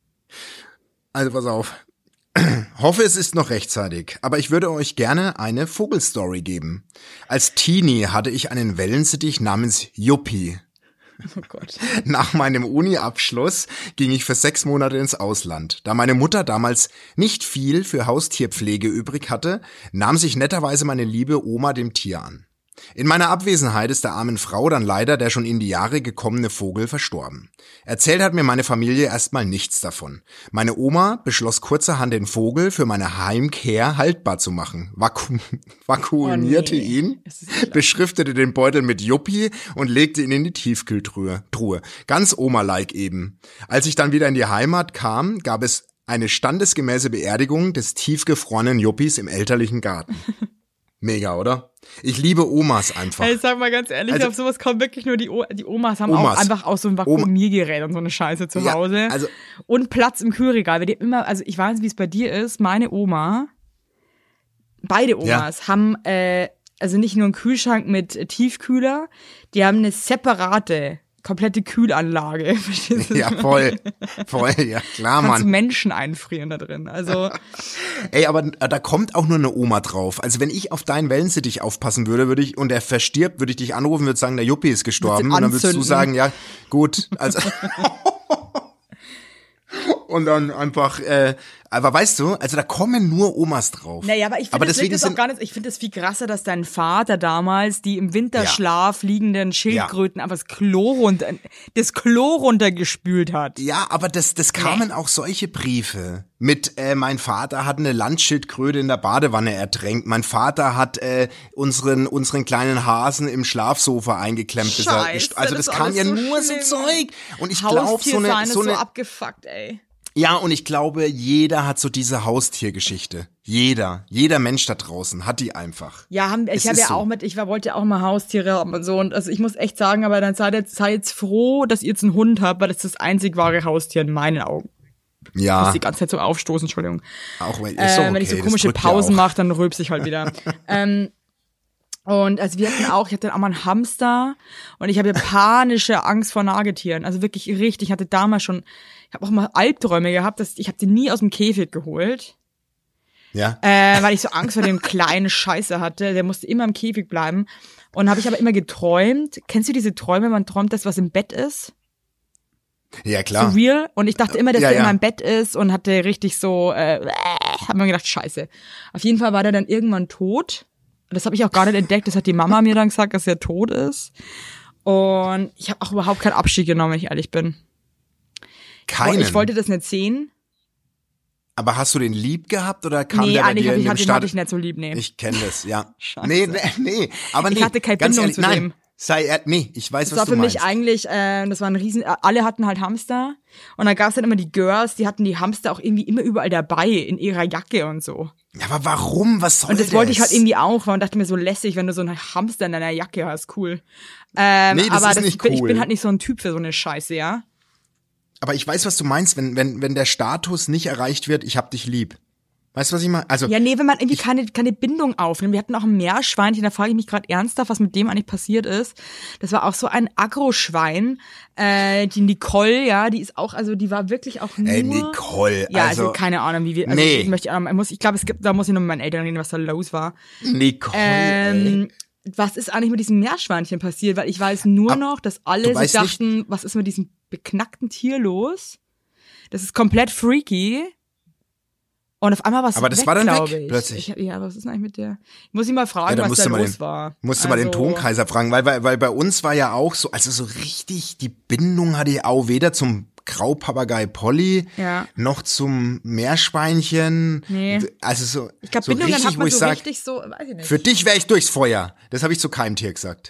[SPEAKER 2] Also pass auf. Hoffe, es ist noch rechtzeitig, aber ich würde euch gerne eine Vogelstory geben. Als Teenie hatte ich einen Wellensittich namens Yuppie.
[SPEAKER 3] Oh Gott.
[SPEAKER 2] Nach meinem Uni-Abschluss ging ich für sechs Monate ins Ausland. Da meine Mutter damals nicht viel für Haustierpflege übrig hatte, nahm sich netterweise meine liebe Oma dem Tier an. In meiner Abwesenheit ist der armen Frau dann leider der schon in die Jahre gekommene Vogel verstorben. Erzählt hat mir meine Familie erstmal nichts davon. Meine Oma beschloss kurzerhand, den Vogel für meine Heimkehr haltbar zu machen. Vaku vakuumierte
[SPEAKER 3] Oh nee.
[SPEAKER 2] ihn,
[SPEAKER 3] Es ist klar.
[SPEAKER 2] beschriftete den Beutel mit Yuppie und legte ihn in die Tiefkühltruhe. Truhe. Ganz Oma-like eben. Als ich dann wieder in die Heimat kam, gab es eine standesgemäße Beerdigung des tiefgefrorenen Yuppies im elterlichen Garten. Mega, oder? Ich liebe Omas einfach.
[SPEAKER 3] Ey, sag mal ganz ehrlich,
[SPEAKER 2] Also-
[SPEAKER 3] auf sowas kommen wirklich nur die, o die Omas, haben
[SPEAKER 2] Omas.
[SPEAKER 3] auch einfach auch so ein Vakuumiergerät und so eine Scheiße zu
[SPEAKER 2] Ja,
[SPEAKER 3] Hause.
[SPEAKER 2] also-
[SPEAKER 3] und Platz im Kühlregal. Weil die immer, also ich weiß nicht, wie es bei dir ist, meine Oma, beide Omas haben, äh, also nicht nur einen Kühlschrank mit Tiefkühler, die haben eine separate, komplette Kühlanlage. Verstehst du?
[SPEAKER 2] Ja, voll. Voll, ja klar,
[SPEAKER 3] Kannst
[SPEAKER 2] Mann.
[SPEAKER 3] Menschen einfrieren da drin. Also,
[SPEAKER 2] Ey, aber da kommt auch nur eine Oma drauf. Also wenn ich auf deinen Wellensittich aufpassen würde, würde ich, und er verstirbt, würde ich dich anrufen, würde sagen, der Yuppie ist gestorben.
[SPEAKER 3] ihn
[SPEAKER 2] Und dann würdest du
[SPEAKER 3] anzünden.
[SPEAKER 2] sagen, ja, gut, also. Und dann einfach, äh, aber weißt du, also da kommen nur Omas drauf.
[SPEAKER 3] naja, aber ich
[SPEAKER 2] aber
[SPEAKER 3] finde das,
[SPEAKER 2] deswegen
[SPEAKER 3] das auch
[SPEAKER 2] sind,
[SPEAKER 3] gar nicht, ich finde das viel krasser, dass dein Vater damals die im Winterschlaf liegenden Schildkröten einfach das Klo runter, das Klo runtergespült hat.
[SPEAKER 2] ja, aber das, das kamen auch solche Briefe mit, äh, mein Vater hat eine Landschildkröte in der Badewanne ertränkt. Mein Vater hat äh, unseren unseren kleinen Hasen im Schlafsofa eingeklemmt. bis er
[SPEAKER 3] Scheiße,
[SPEAKER 2] gest- also das,
[SPEAKER 3] das ist
[SPEAKER 2] kam
[SPEAKER 3] alles
[SPEAKER 2] ja
[SPEAKER 3] so
[SPEAKER 2] nur so
[SPEAKER 3] schlimm.
[SPEAKER 2] Zeug. Und ich glaube,
[SPEAKER 3] Haustier
[SPEAKER 2] so eine,
[SPEAKER 3] sein ist
[SPEAKER 2] so
[SPEAKER 3] so
[SPEAKER 2] eine,
[SPEAKER 3] abgefuckt, ey.
[SPEAKER 2] ja, und ich glaube, jeder hat so diese Haustiergeschichte. Jeder, jeder Mensch da draußen hat die einfach.
[SPEAKER 3] Ja, haben,
[SPEAKER 2] Es
[SPEAKER 3] ich habe
[SPEAKER 2] ist
[SPEAKER 3] ja
[SPEAKER 2] so.
[SPEAKER 3] auch mit, ich war, wollte ja auch mal Haustiere haben und so. Und also ich muss echt sagen, aber dann seid jetzt, seid jetzt froh, dass ihr jetzt einen Hund habt, weil das ist das einzig wahre Haustier in meinen Augen. Ich
[SPEAKER 2] Ja,
[SPEAKER 3] muss die ganze Zeit so aufstoßen, Entschuldigung.
[SPEAKER 2] auch wenn, ist
[SPEAKER 3] Äh,
[SPEAKER 2] doch okay,
[SPEAKER 3] wenn ich so
[SPEAKER 2] das
[SPEAKER 3] komische
[SPEAKER 2] drückt ja
[SPEAKER 3] Pausen
[SPEAKER 2] auch.
[SPEAKER 3] mache, dann rülpse ich halt wieder. ähm, und also wir hatten auch, ich hatte auch mal einen Hamster und ich habe ja panische Angst vor Nagetieren. Also wirklich richtig. Ich hatte damals schon, ich habe auch mal Albträume gehabt, dass ich habe den nie aus dem Käfig geholt,
[SPEAKER 2] Ja,
[SPEAKER 3] äh, weil ich so Angst vor dem kleinen Scheiße hatte. Der musste immer im Käfig bleiben. Und habe ich aber immer geträumt. Kennst du diese Träume, man träumt das, was im Bett ist?
[SPEAKER 2] ja klar.
[SPEAKER 3] So real. Und ich dachte immer, dass
[SPEAKER 2] Ja,
[SPEAKER 3] der
[SPEAKER 2] ja.
[SPEAKER 3] in meinem Bett ist und hatte richtig so, äh, hab mir gedacht, scheiße. Auf jeden Fall war der dann irgendwann tot. Das habe ich auch gar nicht entdeckt. Das hat die Mama mir dann gesagt, dass er tot ist. Und ich habe auch überhaupt keinen Abschied genommen, wenn ich ehrlich bin.
[SPEAKER 2] Keinen.
[SPEAKER 3] Ich wollte das nicht sehen.
[SPEAKER 2] Aber hast du den lieb gehabt oder kam
[SPEAKER 3] Nee,
[SPEAKER 2] der bei
[SPEAKER 3] eigentlich
[SPEAKER 2] dir
[SPEAKER 3] hab
[SPEAKER 2] in
[SPEAKER 3] ich,
[SPEAKER 2] dem
[SPEAKER 3] hatte, den
[SPEAKER 2] Start?
[SPEAKER 3] hatte ich nicht so lieb, nee.
[SPEAKER 2] Ich kenne das, ja.
[SPEAKER 3] Scheiße.
[SPEAKER 2] Nee, nee, nee, aber nee.
[SPEAKER 3] Ich hatte keine
[SPEAKER 2] ganz
[SPEAKER 3] Bindung
[SPEAKER 2] ehrlich,
[SPEAKER 3] zu
[SPEAKER 2] nein,
[SPEAKER 3] dem.
[SPEAKER 2] Sei er, nee, ich weiß,
[SPEAKER 3] Das
[SPEAKER 2] was
[SPEAKER 3] war
[SPEAKER 2] du
[SPEAKER 3] für
[SPEAKER 2] meinst.
[SPEAKER 3] mich eigentlich, äh, das war ein riesen, alle hatten halt Hamster. Und dann gab's dann immer die Girls, die hatten die Hamster auch irgendwie immer überall dabei, in ihrer Jacke und so.
[SPEAKER 2] Ja, aber warum? Was soll
[SPEAKER 3] Und das
[SPEAKER 2] das?
[SPEAKER 3] wollte ich halt irgendwie auch, und dachte mir so lässig, wenn du so einen Hamster in deiner Jacke hast, cool. Ähm,
[SPEAKER 2] Nee, das
[SPEAKER 3] aber
[SPEAKER 2] ist
[SPEAKER 3] das,
[SPEAKER 2] nicht
[SPEAKER 3] ich
[SPEAKER 2] cool.
[SPEAKER 3] bin halt nicht so ein Typ für so eine Scheiße, ja.
[SPEAKER 2] Aber ich weiß, was du meinst, wenn, wenn, wenn der Status nicht erreicht wird, ich hab dich lieb. Weißt du, was ich meine? Also,
[SPEAKER 3] Ja, nee, wenn man irgendwie keine, keine Bindung aufnimmt. Wir hatten auch ein Meerschweinchen, da frage ich mich gerade ernsthaft, was mit dem eigentlich passiert ist. Das war auch so ein Agroschwein. Äh, die Nicole, ja, die ist auch, also die war wirklich auch nur...
[SPEAKER 2] ey, Nicole,
[SPEAKER 3] Ja, also,
[SPEAKER 2] also,
[SPEAKER 3] keine Ahnung, wie wir... Also
[SPEAKER 2] nee.
[SPEAKER 3] ich möchte, ich muss, ich glaube, es gibt, da muss ich noch mit meinen Eltern reden, was da los war.
[SPEAKER 2] Nicole, ey.
[SPEAKER 3] Ähm, was ist eigentlich mit diesem Meerschweinchen passiert? Weil ich weiß nur
[SPEAKER 2] Ab-
[SPEAKER 3] noch, dass alle
[SPEAKER 2] du
[SPEAKER 3] sich
[SPEAKER 2] weißt
[SPEAKER 3] dachten, was ist mit diesem beknackten Tier los? Das ist komplett freaky. Und auf einmal war es
[SPEAKER 2] Aber das
[SPEAKER 3] weg,
[SPEAKER 2] war dann weg,
[SPEAKER 3] glaube ich.
[SPEAKER 2] plötzlich.
[SPEAKER 3] Ich, ja, was ist denn eigentlich mit der? Ich muss ihn mal fragen,
[SPEAKER 2] Ja, da
[SPEAKER 3] was
[SPEAKER 2] musst
[SPEAKER 3] da
[SPEAKER 2] du mal
[SPEAKER 3] los
[SPEAKER 2] den-
[SPEAKER 3] war.
[SPEAKER 2] Musst du mal den
[SPEAKER 3] Also,
[SPEAKER 2] Tonkaiser fragen, weil, weil, weil bei uns war ja auch so, also so richtig, die Bindung hatte ich auch weder zum Graupapagei Polly,
[SPEAKER 3] Ja.
[SPEAKER 2] noch zum Meerschweinchen.
[SPEAKER 3] Nee.
[SPEAKER 2] Also so,
[SPEAKER 3] Ich glaube,
[SPEAKER 2] so
[SPEAKER 3] Bindungen
[SPEAKER 2] richtig,
[SPEAKER 3] hat
[SPEAKER 2] wo
[SPEAKER 3] man
[SPEAKER 2] ich
[SPEAKER 3] so
[SPEAKER 2] sag,
[SPEAKER 3] richtig so, weiß ich nicht.
[SPEAKER 2] für dich wäre ich durchs Feuer. Das habe ich zu keinem Tier gesagt.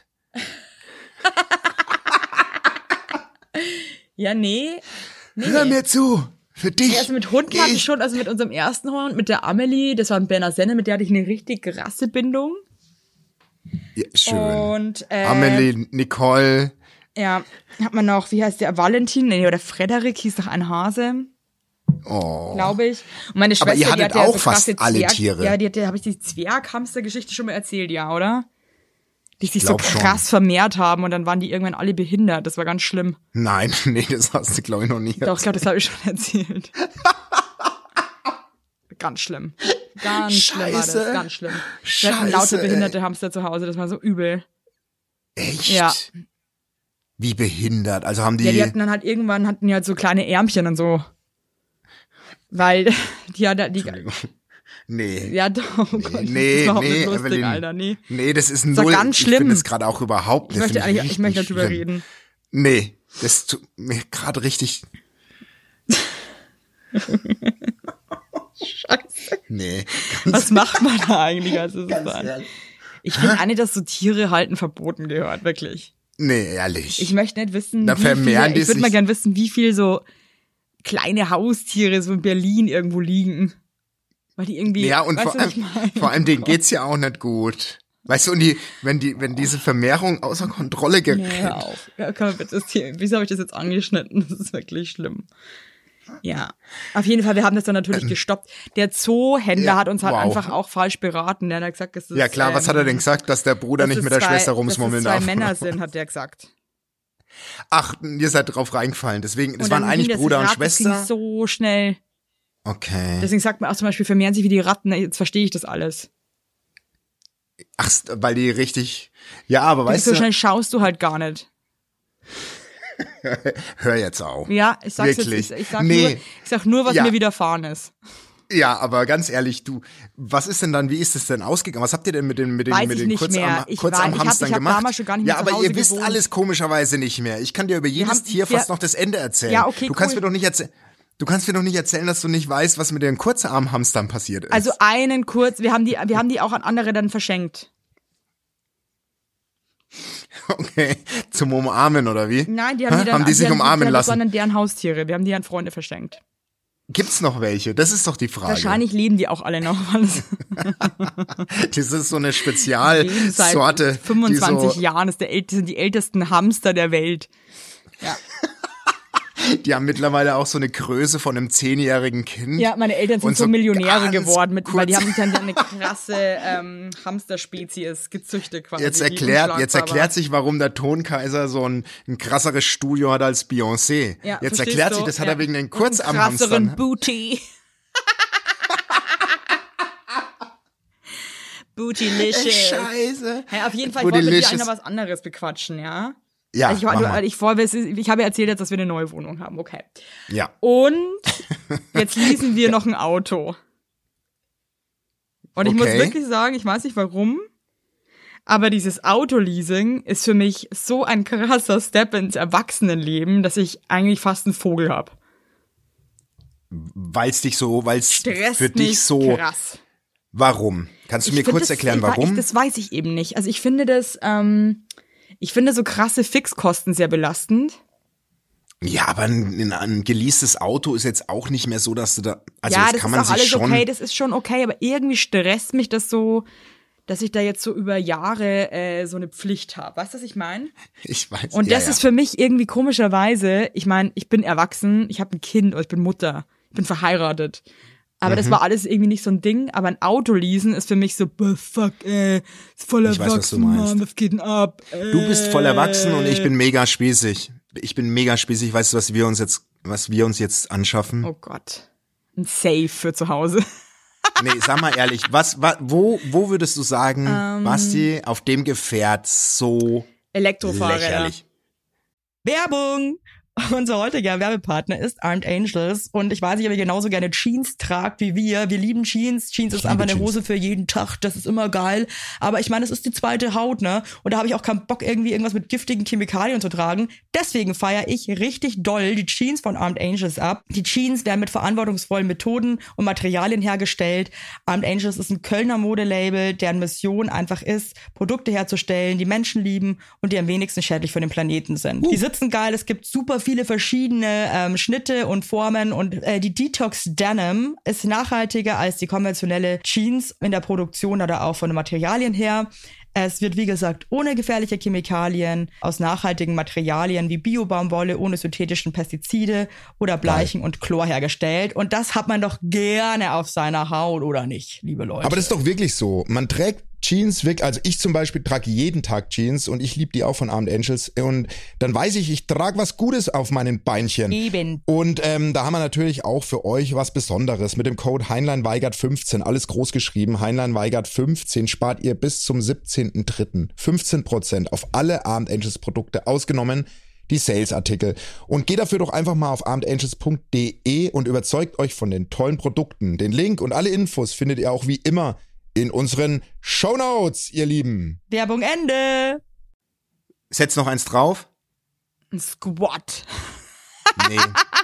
[SPEAKER 3] Ja, nee. nee.
[SPEAKER 2] Hör mir zu. Für dich.
[SPEAKER 3] Also mit Hunden
[SPEAKER 2] geh
[SPEAKER 3] hatte ich
[SPEAKER 2] ich
[SPEAKER 3] schon, also mit unserem ersten Hund, mit der Amelie, das war ein Berner Senne, mit der hatte ich eine richtig krasse Bindung.
[SPEAKER 2] Ja, schön.
[SPEAKER 3] Und, äh,
[SPEAKER 2] Amelie, Nicole.
[SPEAKER 3] Ja, hat man noch, wie heißt der, Valentin, nee, oder Frederik hieß doch ein Hase,
[SPEAKER 2] Oh.
[SPEAKER 3] glaube ich. Und meine
[SPEAKER 2] Aber
[SPEAKER 3] Schwester,
[SPEAKER 2] ihr
[SPEAKER 3] die
[SPEAKER 2] hattet
[SPEAKER 3] hat ja
[SPEAKER 2] auch
[SPEAKER 3] so
[SPEAKER 2] fast
[SPEAKER 3] krasse
[SPEAKER 2] alle
[SPEAKER 3] Zwerg,
[SPEAKER 2] Tiere.
[SPEAKER 3] Ja, die hat, habe ich die Zwerghamster-Geschichte schon mal erzählt, ja, oder? Die sich so
[SPEAKER 2] Glaub schon.
[SPEAKER 3] krass vermehrt haben und dann waren die irgendwann alle behindert. Das war ganz schlimm.
[SPEAKER 2] Nein, nee, das hast du, glaube ich, noch nie
[SPEAKER 3] Doch, ich glaube, das habe ich schon erzählt. Ganz schlimm. Ganz schlimm war das,
[SPEAKER 2] Scheiße.
[SPEAKER 3] ganz schlimm. Wir hatten lauter
[SPEAKER 2] Scheiße,
[SPEAKER 3] behinderte
[SPEAKER 2] ey.
[SPEAKER 3] Hamster zu Hause, das war so übel.
[SPEAKER 2] Echt?
[SPEAKER 3] Ja.
[SPEAKER 2] Wie behindert. Also haben die,
[SPEAKER 3] Ja, die hatten dann halt irgendwann, hatten die halt so kleine Ärmchen und so. Weil, die hat die,
[SPEAKER 2] nee.
[SPEAKER 3] ja doch, oh Gott, das ist
[SPEAKER 2] Nee,
[SPEAKER 3] überhaupt
[SPEAKER 2] nee,
[SPEAKER 3] nicht lustig,
[SPEAKER 2] Evelyn.
[SPEAKER 3] Alter, nee.
[SPEAKER 2] Nee, das ist
[SPEAKER 3] doch
[SPEAKER 2] null.
[SPEAKER 3] ganz
[SPEAKER 2] Ich
[SPEAKER 3] schlimm.
[SPEAKER 2] finde das gerade auch überhaupt
[SPEAKER 3] Ich
[SPEAKER 2] nicht.
[SPEAKER 3] möchte
[SPEAKER 2] finde
[SPEAKER 3] eigentlich, ich möchte
[SPEAKER 2] richtig
[SPEAKER 3] darüber
[SPEAKER 2] schlimm.
[SPEAKER 3] reden.
[SPEAKER 2] Nee, das tut mir gerade richtig.
[SPEAKER 3] Scheiße.
[SPEAKER 2] Nee.
[SPEAKER 3] Was macht man da eigentlich? Also, das ist so ein-
[SPEAKER 2] ehrlich.
[SPEAKER 3] ich finde auch nicht, dass so Tiere halten verboten gehört, wirklich.
[SPEAKER 2] Nee, ehrlich.
[SPEAKER 3] Ich möchte nicht wissen,
[SPEAKER 2] Da
[SPEAKER 3] wie
[SPEAKER 2] vermehren
[SPEAKER 3] viele,
[SPEAKER 2] die
[SPEAKER 3] ich würde
[SPEAKER 2] sich-
[SPEAKER 3] mal gern wissen, wie viel so kleine Haustiere so in Berlin irgendwo liegen. Weil die irgendwie,
[SPEAKER 2] Ja, und
[SPEAKER 3] weißt
[SPEAKER 2] vor
[SPEAKER 3] du, was
[SPEAKER 2] allem,
[SPEAKER 3] ich meine?
[SPEAKER 2] vor allem denen geht's ja auch nicht gut. Weißt du, und die, wenn die, wenn diese Vermehrung außer Kontrolle gerät.
[SPEAKER 3] Nee, hör auf. Ja, kann man bitte das Tier, wieso habe ich das jetzt angeschnitten? Das ist wirklich schlimm. Ja, auf jeden Fall, wir haben das dann natürlich gestoppt. Der Zoohändler
[SPEAKER 2] Ja,
[SPEAKER 3] hat uns halt
[SPEAKER 2] wow.
[SPEAKER 3] einfach auch falsch beraten. Der hat gesagt, es ist,
[SPEAKER 2] Ja klar, was
[SPEAKER 3] ähm,
[SPEAKER 2] hat er denn gesagt, dass der Bruder
[SPEAKER 3] dass
[SPEAKER 2] nicht
[SPEAKER 3] es
[SPEAKER 2] mit der
[SPEAKER 3] zwei,
[SPEAKER 2] Schwester
[SPEAKER 3] dass
[SPEAKER 2] rumsmummeln
[SPEAKER 3] es zwei
[SPEAKER 2] darf?
[SPEAKER 3] Männer sind, hat der gesagt.
[SPEAKER 2] Ach, ihr seid drauf reingefallen. Deswegen, das
[SPEAKER 3] Und
[SPEAKER 2] waren
[SPEAKER 3] dann
[SPEAKER 2] eigentlich
[SPEAKER 3] ging das
[SPEAKER 2] Bruder und
[SPEAKER 3] Rad, das
[SPEAKER 2] Schwester.
[SPEAKER 3] ging so schnell.
[SPEAKER 2] Okay.
[SPEAKER 3] Deswegen sagt man auch zum Beispiel, vermehren sich wie die Ratten. Jetzt verstehe ich das alles.
[SPEAKER 2] Ach, weil die richtig. Ja, aber weißt
[SPEAKER 3] so
[SPEAKER 2] du,
[SPEAKER 3] schnell schaust du halt gar nicht.
[SPEAKER 2] hör jetzt auf.
[SPEAKER 3] Ja, ich sag's
[SPEAKER 2] Wirklich.
[SPEAKER 3] jetzt, ich, ich, sag
[SPEAKER 2] Nee.
[SPEAKER 3] nur, ich sag nur, was
[SPEAKER 2] Ja.
[SPEAKER 3] mir widerfahren ist.
[SPEAKER 2] Ja, aber ganz ehrlich, du, was ist denn dann, wie ist es denn ausgegangen? Was habt ihr denn mit den, mit den,
[SPEAKER 3] Weiß
[SPEAKER 2] mit
[SPEAKER 3] ich
[SPEAKER 2] den
[SPEAKER 3] nicht
[SPEAKER 2] Kurzarm,
[SPEAKER 3] mehr. Ich war-
[SPEAKER 2] Kurzarmhamstern
[SPEAKER 3] ich hab- ich hab
[SPEAKER 2] gemacht?
[SPEAKER 3] damals schon gar nicht
[SPEAKER 2] ja,
[SPEAKER 3] mehr zu
[SPEAKER 2] aber
[SPEAKER 3] Hause
[SPEAKER 2] ihr wisst
[SPEAKER 3] gewohnt.
[SPEAKER 2] alles komischerweise nicht mehr. Ich kann dir über jedes
[SPEAKER 3] haben-
[SPEAKER 2] Tier
[SPEAKER 3] wir-
[SPEAKER 2] fast noch das Ende erzählen.
[SPEAKER 3] Ja, okay,
[SPEAKER 2] du kannst
[SPEAKER 3] cool.
[SPEAKER 2] mir doch nicht erzählen. Du kannst mir doch nicht erzählen, dass du nicht weißt, was mit den Kurzarmhamstern passiert ist.
[SPEAKER 3] Also einen kurz, wir haben die, wir haben die auch an andere dann verschenkt.
[SPEAKER 2] okay, zum Umarmen oder wie?
[SPEAKER 3] Nein, die haben
[SPEAKER 2] Hä?
[SPEAKER 3] die dann
[SPEAKER 2] haben die sich
[SPEAKER 3] haben-
[SPEAKER 2] umarmen
[SPEAKER 3] das
[SPEAKER 2] lassen?
[SPEAKER 3] waren dann deren Haustiere. Wir haben die an Freunde verschenkt.
[SPEAKER 2] Gibt's noch welche? Das ist doch die Frage.
[SPEAKER 3] Wahrscheinlich leben die auch alle noch. Weil es
[SPEAKER 2] Das ist so eine
[SPEAKER 3] leben seit
[SPEAKER 2] Spezialsorte.
[SPEAKER 3] fünfundzwanzig
[SPEAKER 2] die, so,
[SPEAKER 3] Jahren. Das ist der, äl- das sind die ältesten Hamster der Welt. Ja.
[SPEAKER 2] die haben mittlerweile auch so eine Größe von einem zehnjährigen Kind.
[SPEAKER 3] Ja, meine Eltern sind
[SPEAKER 2] Und
[SPEAKER 3] so,
[SPEAKER 2] so
[SPEAKER 3] Millionäre
[SPEAKER 2] ganz
[SPEAKER 3] geworden, mit, weil die
[SPEAKER 2] kurz-
[SPEAKER 3] haben dann eine krasse ähm, Hamsterspezies gezüchtet quasi.
[SPEAKER 2] Jetzt
[SPEAKER 3] die
[SPEAKER 2] erklärt, jetzt
[SPEAKER 3] unschlagbar
[SPEAKER 2] erklärt sich, warum der Tonkaiser so ein, ein krasseres Studio hat als Beyoncé.
[SPEAKER 3] Ja,
[SPEAKER 2] jetzt
[SPEAKER 3] verstehst
[SPEAKER 2] erklärt
[SPEAKER 3] du?
[SPEAKER 2] sich, das hat
[SPEAKER 3] Ja.
[SPEAKER 2] er wegen den
[SPEAKER 3] Und einen krasseren
[SPEAKER 2] Kurzarmhamstern.
[SPEAKER 3] Booty. Bootylicious.
[SPEAKER 2] Scheiße.
[SPEAKER 3] Hey, auf jeden Fall, ich wollte mit dir
[SPEAKER 2] Bootylicious.
[SPEAKER 3] eigentlich noch was anderes bequatschen, ja?
[SPEAKER 2] Ja,
[SPEAKER 3] Also ich,
[SPEAKER 2] mach
[SPEAKER 3] du,
[SPEAKER 2] mal.
[SPEAKER 3] ich, vor, ich habe erzählt jetzt, dass wir eine neue Wohnung haben, okay.
[SPEAKER 2] ja.
[SPEAKER 3] Und jetzt leasen wir noch ein Auto. Und ich muss
[SPEAKER 2] Okay.
[SPEAKER 3] wirklich sagen, ich weiß nicht warum, aber dieses Autoleasing ist für mich so ein krasser Step ins Erwachsenenleben, dass ich eigentlich fast einen Vogel habe.
[SPEAKER 2] Weil's dich so, weil's
[SPEAKER 3] Stresst
[SPEAKER 2] für
[SPEAKER 3] mich
[SPEAKER 2] dich so,
[SPEAKER 3] krass.
[SPEAKER 2] warum? Kannst du mir
[SPEAKER 3] Ich find
[SPEAKER 2] kurz
[SPEAKER 3] das,
[SPEAKER 2] erklären,
[SPEAKER 3] ich, ich,
[SPEAKER 2] warum?
[SPEAKER 3] Das weiß ich eben nicht. Also ich finde das, ähm, ich finde so krasse Fixkosten sehr belastend.
[SPEAKER 2] Ja, aber ein, ein geleastes Auto ist jetzt auch nicht mehr so, dass du da, also
[SPEAKER 3] ja,
[SPEAKER 2] das
[SPEAKER 3] das
[SPEAKER 2] kann
[SPEAKER 3] ist
[SPEAKER 2] man
[SPEAKER 3] auch
[SPEAKER 2] sich
[SPEAKER 3] alles
[SPEAKER 2] schon,
[SPEAKER 3] okay, das ist schon okay, aber irgendwie stresst mich das so, dass ich da jetzt so über Jahre äh, so eine Pflicht habe. Weißt du, was ich meine?
[SPEAKER 2] ich weiß.
[SPEAKER 3] Und
[SPEAKER 2] ja,
[SPEAKER 3] das
[SPEAKER 2] ja.
[SPEAKER 3] ist für mich irgendwie komischerweise, ich meine, ich bin erwachsen, ich habe ein Kind oder ich bin Mutter, ich bin verheiratet. Aber
[SPEAKER 2] Mhm.
[SPEAKER 3] das war alles irgendwie nicht so ein Ding. Aber ein Auto leasen ist für mich so, "Buh, fuck, ey, ist voll
[SPEAKER 2] Ich weiß, was du
[SPEAKER 3] erwachsen,
[SPEAKER 2] meinst.
[SPEAKER 3] Mann, was geht denn ab? Äh.
[SPEAKER 2] Du bist voll erwachsen und ich bin mega spießig. Ich bin mega spießig. Weißt du, was wir uns jetzt, was wir uns jetzt anschaffen?
[SPEAKER 3] Oh Gott. Ein Safe für zu Hause.
[SPEAKER 2] Nee, sag mal ehrlich, was, wa, wo, wo würdest du sagen,
[SPEAKER 3] Ähm.
[SPEAKER 2] Basti, auf dem Gefährt so
[SPEAKER 3] Elektrofahrräder.
[SPEAKER 2] lächerlich?
[SPEAKER 1] Werbung!
[SPEAKER 4] Unser heutiger Werbepartner ist Armed Angels und ich weiß nicht, ob ihr genauso gerne Jeans tragt wie wir. Wir lieben Jeans. Jeans ist einfach eine
[SPEAKER 2] Jeans.
[SPEAKER 4] Hose für jeden Tag. Das ist immer geil. Aber ich meine, es ist die zweite Haut, ne? Und da habe ich auch keinen Bock, irgendwie irgendwas mit giftigen Chemikalien zu tragen. Deswegen feiere ich richtig doll die Jeans von Armed Angels ab. Die Jeans werden mit verantwortungsvollen Methoden und Materialien hergestellt. Armed Angels ist ein Kölner Modelabel, deren Mission einfach ist, Produkte herzustellen, die Menschen lieben und die am wenigsten schädlich für den Planeten sind. Uh. Die sitzen geil. Es gibt super viele verschiedene ähm, Schnitte und Formen und äh, die Detox Denim ist nachhaltiger als die konventionelle Jeans in der Produktion oder auch von den Materialien her. Es wird, wie gesagt, ohne gefährliche Chemikalien, aus nachhaltigen Materialien wie Bio-Baumwolle, ohne synthetischen Pestizide oder Bleichen und Chlor hergestellt. Und das hat man doch gerne auf seiner Haut, oder nicht, liebe Leute?
[SPEAKER 5] Aber das ist doch wirklich so. Man trägt Jeans wirklich, also ich zum Beispiel trage jeden Tag Jeans und ich liebe die auch von Armed Angels und dann weiß ich, ich trage was Gutes auf meinen Beinchen.
[SPEAKER 4] Eben.
[SPEAKER 5] Und ähm, da haben wir natürlich auch für euch was Besonderes mit dem Code Heinlein Weigert fünfzehn, alles groß geschrieben, Heinlein Weigert fünfzehn, spart ihr bis zum siebzehnten dritten fünfzehn Prozent auf alle Armed Angels Produkte, ausgenommen die Sales-Artikel. Und geht dafür doch einfach mal auf armed angels punkt de und überzeugt euch von den tollen Produkten. Den Link und alle Infos findet ihr auch wie immer in unseren Shownotes, ihr Lieben.
[SPEAKER 4] Werbung Ende.
[SPEAKER 2] Setz noch eins drauf.
[SPEAKER 3] Ein Squat.
[SPEAKER 2] Nee.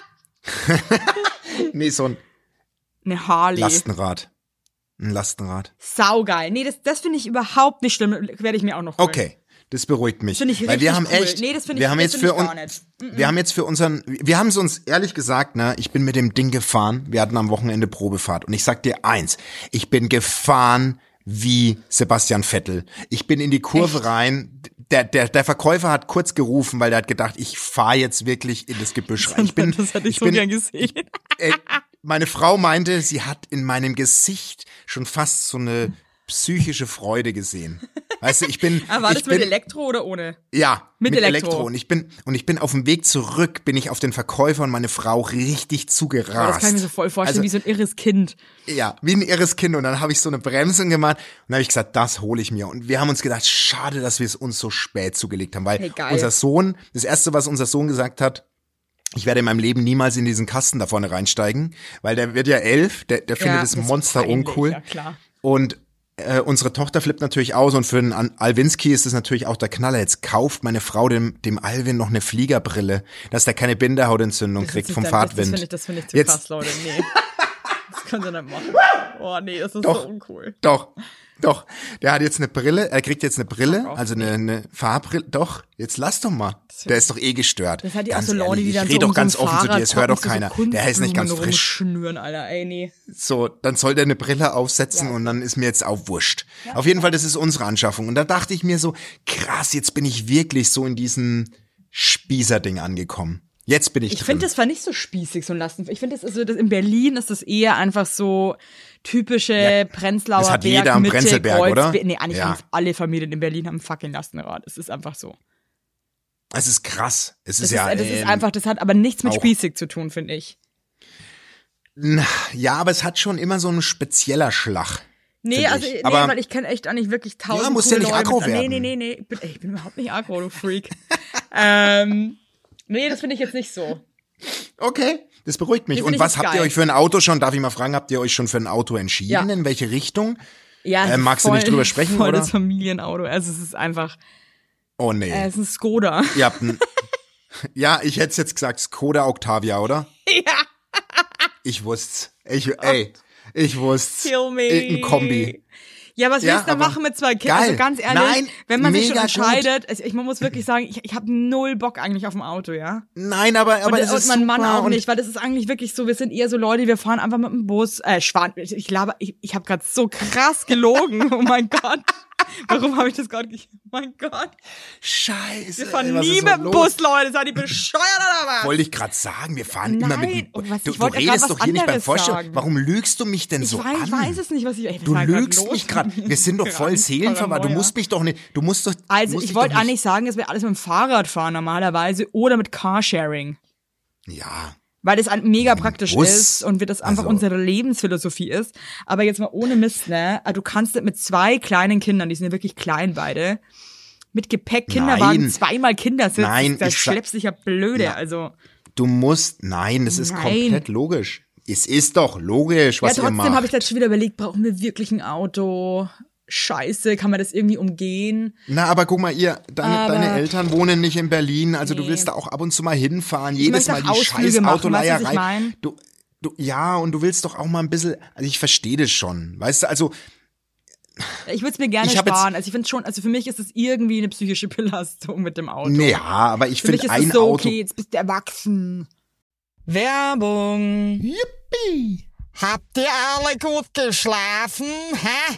[SPEAKER 2] nee, so ein
[SPEAKER 3] Eine Harley.
[SPEAKER 2] Lastenrad. Ein Lastenrad.
[SPEAKER 3] Saugeil. Nee, das, das finde ich überhaupt nicht schlimm. Werde ich mir auch noch holen.
[SPEAKER 2] Okay. Das beruhigt mich.
[SPEAKER 3] Finde ich
[SPEAKER 2] Weil
[SPEAKER 3] richtig
[SPEAKER 2] wir haben
[SPEAKER 3] cool.
[SPEAKER 2] echt,
[SPEAKER 3] Nee, das finde
[SPEAKER 2] wir
[SPEAKER 3] ich-
[SPEAKER 2] haben
[SPEAKER 3] das
[SPEAKER 2] jetzt
[SPEAKER 3] finde
[SPEAKER 2] für
[SPEAKER 3] ich
[SPEAKER 2] uns,
[SPEAKER 3] gar nicht.
[SPEAKER 2] wir haben jetzt für unseren, wir haben es uns ehrlich gesagt, ne, ich bin mit dem Ding gefahren, wir hatten am Wochenende Probefahrt und ich sag dir eins, ich bin gefahren wie Sebastian Vettel. Ich bin in die Kurve
[SPEAKER 3] Echt?
[SPEAKER 2] rein, der, der, der Verkäufer hat kurz gerufen, weil der hat gedacht, ich fahre jetzt wirklich in das Gebüsch rein. Ich bin,
[SPEAKER 3] das hätte ich,
[SPEAKER 2] ich
[SPEAKER 3] so
[SPEAKER 2] bin,
[SPEAKER 3] gern gesehen.
[SPEAKER 2] Ey, meine Frau meinte, sie hat in meinem Gesicht schon fast so eine psychische Freude gesehen. Weißt du, ich bin,
[SPEAKER 3] Aber war
[SPEAKER 2] ich
[SPEAKER 3] das mit
[SPEAKER 2] bin,
[SPEAKER 3] Elektro oder ohne?
[SPEAKER 2] ja,
[SPEAKER 3] Mit
[SPEAKER 2] mit,
[SPEAKER 3] Elektro.
[SPEAKER 2] Elektro. Und ich bin, und ich bin auf dem Weg zurück, bin ich auf den Verkäufer und meine Frau richtig zugerast.
[SPEAKER 3] Oh, das kann ich mir so voll vorstellen,
[SPEAKER 2] Also,
[SPEAKER 3] wie so ein irres Kind.
[SPEAKER 2] ja, wie ein irres Kind. Und dann habe ich so eine Bremsung gemacht und dann habe ich gesagt, das hole ich mir. Und wir haben uns gedacht, schade, dass wir es uns so spät zugelegt haben, weil
[SPEAKER 3] Hey, geil.
[SPEAKER 2] unser Sohn, das erste, was unser Sohn gesagt hat, ich werde in meinem Leben niemals in diesen Kasten da vorne reinsteigen, weil der wird ja elf, der, der findet
[SPEAKER 3] Ja,
[SPEAKER 2] das
[SPEAKER 3] das ist
[SPEAKER 2] Monster
[SPEAKER 3] peinlich,
[SPEAKER 2] uncool.
[SPEAKER 3] ja, klar.
[SPEAKER 2] Und äh, unsere Tochter flippt natürlich aus und für den An- Alwinski ist es natürlich auch der Knaller. Jetzt kauft meine Frau dem, dem Alvin noch eine Fliegerbrille, dass der keine Bindehautentzündung kriegt vom
[SPEAKER 3] Das
[SPEAKER 2] Fahrtwind.
[SPEAKER 3] finde ich, das finde ich zu
[SPEAKER 2] Jetzt-
[SPEAKER 3] krass, Leute. Nee. Das könnt ihr nicht machen. Oh nee, das ist
[SPEAKER 2] Doch.
[SPEAKER 3] so uncool.
[SPEAKER 2] Doch, doch. Der hat jetzt eine Brille, er kriegt jetzt eine Brille,
[SPEAKER 3] auf.
[SPEAKER 2] also eine, eine Fahrbrille. Doch, jetzt lass doch mal. Der ist doch eh gestört.
[SPEAKER 3] Das hat die auch
[SPEAKER 2] Ganz
[SPEAKER 3] so Leute,
[SPEAKER 2] ehrlich,
[SPEAKER 3] die
[SPEAKER 2] ich
[SPEAKER 3] dann
[SPEAKER 2] rede
[SPEAKER 3] so
[SPEAKER 2] doch
[SPEAKER 3] um
[SPEAKER 2] ganz
[SPEAKER 3] so ein
[SPEAKER 2] offen zu dir, es hört doch
[SPEAKER 3] Fahrrad
[SPEAKER 2] keiner.
[SPEAKER 3] hocken, so
[SPEAKER 2] Der ist nicht ganz
[SPEAKER 3] Kunstblumen
[SPEAKER 2] frisch.
[SPEAKER 3] rumschnüren, Alter, ey, nee.
[SPEAKER 2] So, dann soll der eine Brille aufsetzen und dann ist mir jetzt auch wurscht. Auf jeden Fall, das ist unsere Anschaffung. Und da dachte ich mir so, krass, jetzt bin ich wirklich so in diesem Spießerding angekommen. Jetzt bin ich,
[SPEAKER 3] Ich
[SPEAKER 2] drin.
[SPEAKER 3] finde das zwar nicht so spießig, so ein Lasten. Ich finde das, also das in Berlin ist das eher einfach so typische
[SPEAKER 2] Ja,
[SPEAKER 3] Prenzlauer
[SPEAKER 2] das hat
[SPEAKER 3] Berg,
[SPEAKER 2] jeder am
[SPEAKER 3] Mitte,
[SPEAKER 2] Prenzlberg,
[SPEAKER 3] Kreuz,
[SPEAKER 2] oder?
[SPEAKER 3] Nee, eigentlich
[SPEAKER 2] Ja.
[SPEAKER 3] haben alle Familien in Berlin haben ein fucking Lastenrad. Es ist einfach so.
[SPEAKER 2] Es ist krass. Es
[SPEAKER 3] Das
[SPEAKER 2] ist
[SPEAKER 3] ist,
[SPEAKER 2] ja,
[SPEAKER 3] das ist
[SPEAKER 2] ähm,
[SPEAKER 3] einfach, das hat aber nichts mit
[SPEAKER 2] auch-
[SPEAKER 3] spießig zu tun, finde ich.
[SPEAKER 2] na, ja, aber es hat schon immer so ein spezieller Schlag.
[SPEAKER 3] Nee,
[SPEAKER 2] find
[SPEAKER 3] also,
[SPEAKER 2] ich.
[SPEAKER 3] nee,
[SPEAKER 2] Aber-
[SPEAKER 3] weil ich kenne echt auch nicht wirklich tausend
[SPEAKER 2] Ja, muss
[SPEAKER 3] coole
[SPEAKER 2] ja nicht
[SPEAKER 3] Leute
[SPEAKER 2] aggro
[SPEAKER 3] mit- Nee,
[SPEAKER 2] werden.
[SPEAKER 3] nee, nee, nee. Ich bin, ey, ich bin überhaupt nicht aggro, du Freak. ähm, nee, das finde ich jetzt nicht so.
[SPEAKER 2] Okay, das beruhigt mich.
[SPEAKER 3] Nee,
[SPEAKER 2] Und
[SPEAKER 3] find ich
[SPEAKER 2] was
[SPEAKER 3] jetzt
[SPEAKER 2] habt ihr
[SPEAKER 3] geil.
[SPEAKER 2] euch für ein Auto schon, darf ich mal fragen, habt ihr euch schon für ein Auto entschieden?
[SPEAKER 3] Ja.
[SPEAKER 2] In welche Richtung?
[SPEAKER 3] Ja,
[SPEAKER 2] Äh, magst du nicht drüber sprechen,
[SPEAKER 3] voll
[SPEAKER 2] oder?
[SPEAKER 3] das Familienauto. Also es ist einfach,
[SPEAKER 2] Oh nee.
[SPEAKER 3] äh, es ist ein Skoda.
[SPEAKER 2] Ihr habt ein, ja, ich hätte jetzt gesagt Skoda Octavia, oder?
[SPEAKER 3] Ja.
[SPEAKER 2] Ich wusste's. Ich, ey, ich wusste's.
[SPEAKER 3] Kill me.
[SPEAKER 2] Ein Kombi.
[SPEAKER 3] Ja, was
[SPEAKER 2] Ja,
[SPEAKER 3] willst du denn
[SPEAKER 2] aber
[SPEAKER 3] machen mit zwei Kindern?
[SPEAKER 2] geil.
[SPEAKER 3] Also ganz ehrlich,
[SPEAKER 2] Nein,
[SPEAKER 3] wenn man sich schon
[SPEAKER 2] mega
[SPEAKER 3] entscheidet, also ich, man muss wirklich sagen, ich, ich habe null Bock eigentlich auf ein Auto, ja.
[SPEAKER 2] Nein, aber, aber
[SPEAKER 3] Und,
[SPEAKER 2] das
[SPEAKER 3] und
[SPEAKER 2] ist
[SPEAKER 3] mein Mann
[SPEAKER 2] super
[SPEAKER 3] auch
[SPEAKER 2] und
[SPEAKER 3] nicht, weil das ist eigentlich wirklich so, wir sind eher so Leute, wir fahren einfach mit dem Bus, äh, Schwan, ich glaube, ich, ich habe gerade so krass gelogen, oh mein Gott. Warum habe ich das gerade, ge- oh mein Gott.
[SPEAKER 2] Scheiße.
[SPEAKER 3] Wir fahren
[SPEAKER 2] ey, was
[SPEAKER 3] nie
[SPEAKER 2] ist so
[SPEAKER 3] mit dem
[SPEAKER 2] los?
[SPEAKER 3] Bus, Leute, seid ihr bescheuert oder was?
[SPEAKER 2] Wollte ich gerade sagen, wir fahren immer mit
[SPEAKER 3] Nein,
[SPEAKER 2] dem
[SPEAKER 3] und was-
[SPEAKER 2] Du,
[SPEAKER 3] ich
[SPEAKER 2] du
[SPEAKER 3] wollte ja grad
[SPEAKER 2] redest
[SPEAKER 3] was
[SPEAKER 2] doch hier nicht beim
[SPEAKER 3] anderes
[SPEAKER 2] Vorstellen.
[SPEAKER 3] sagen.
[SPEAKER 2] Warum lügst du mich denn
[SPEAKER 3] Ich
[SPEAKER 2] so
[SPEAKER 3] weiß,
[SPEAKER 2] an?
[SPEAKER 3] ich weiß es nicht, was ich, ey, was
[SPEAKER 2] Du
[SPEAKER 3] war grad
[SPEAKER 2] lügst
[SPEAKER 3] los?
[SPEAKER 2] mich gerade. Wir sind doch voll Seelenverwandt. Du
[SPEAKER 3] Paranoia.
[SPEAKER 2] musst mich doch nicht, du musst doch.
[SPEAKER 3] Also,
[SPEAKER 2] musst
[SPEAKER 3] ich
[SPEAKER 2] dich
[SPEAKER 3] wollte
[SPEAKER 2] doch nicht-
[SPEAKER 3] eigentlich sagen, dass wir alles mit dem Fahrrad fahren normalerweise oder mit Carsharing.
[SPEAKER 2] Ja.
[SPEAKER 3] Weil das ein- mega praktisch
[SPEAKER 2] Bus.
[SPEAKER 3] ist und wir das einfach
[SPEAKER 2] Also-
[SPEAKER 3] unsere Lebensphilosophie ist. Aber jetzt mal ohne Mist, ne? Also du kannst mit zwei kleinen Kindern, die sind ja wirklich klein beide, Mit Gepäck, Kinderwagen,
[SPEAKER 2] Nein.
[SPEAKER 3] zweimal Kindersitz.
[SPEAKER 2] Nein,
[SPEAKER 3] da
[SPEAKER 2] ich sa-
[SPEAKER 3] schleppst dich ja blöde,
[SPEAKER 2] Na,
[SPEAKER 3] also.
[SPEAKER 2] Du musst, nein, das ist
[SPEAKER 3] Nein.
[SPEAKER 2] komplett logisch. Es ist doch logisch, was
[SPEAKER 3] Ja,
[SPEAKER 2] ihr
[SPEAKER 3] trotzdem
[SPEAKER 2] macht.
[SPEAKER 3] habe ich jetzt schon wieder überlegt, brauchen wir wirklich ein Auto? Scheiße, kann man das irgendwie umgehen?
[SPEAKER 2] Na, aber guck mal, ihr, deine,
[SPEAKER 3] Aber-
[SPEAKER 2] deine Eltern wohnen nicht in Berlin, also du
[SPEAKER 3] Nee.
[SPEAKER 2] willst da auch ab und zu mal hinfahren, jedes
[SPEAKER 3] möchte
[SPEAKER 2] Mal
[SPEAKER 3] auch
[SPEAKER 2] die
[SPEAKER 3] Ausflüge
[SPEAKER 2] scheiß
[SPEAKER 3] machen, weißt du, was ich
[SPEAKER 2] Autoleierei.
[SPEAKER 3] mein?
[SPEAKER 2] Du, du, ja, und du willst doch auch mal ein bisschen, also ich verstehe das schon, weißt du, also
[SPEAKER 3] Ich würde es mir gerne
[SPEAKER 2] Ich hab jetzt-
[SPEAKER 3] sparen. Also ich finde schon, also für mich ist es irgendwie eine psychische Belastung mit dem Auto.
[SPEAKER 2] ja, aber ich
[SPEAKER 3] Für mich
[SPEAKER 2] finde
[SPEAKER 3] ist es
[SPEAKER 2] ein
[SPEAKER 3] so,
[SPEAKER 2] Auto,
[SPEAKER 3] okay, jetzt bist du erwachsen.
[SPEAKER 4] Werbung.
[SPEAKER 5] Yippie.
[SPEAKER 6] Habt ihr alle gut geschlafen? Hä?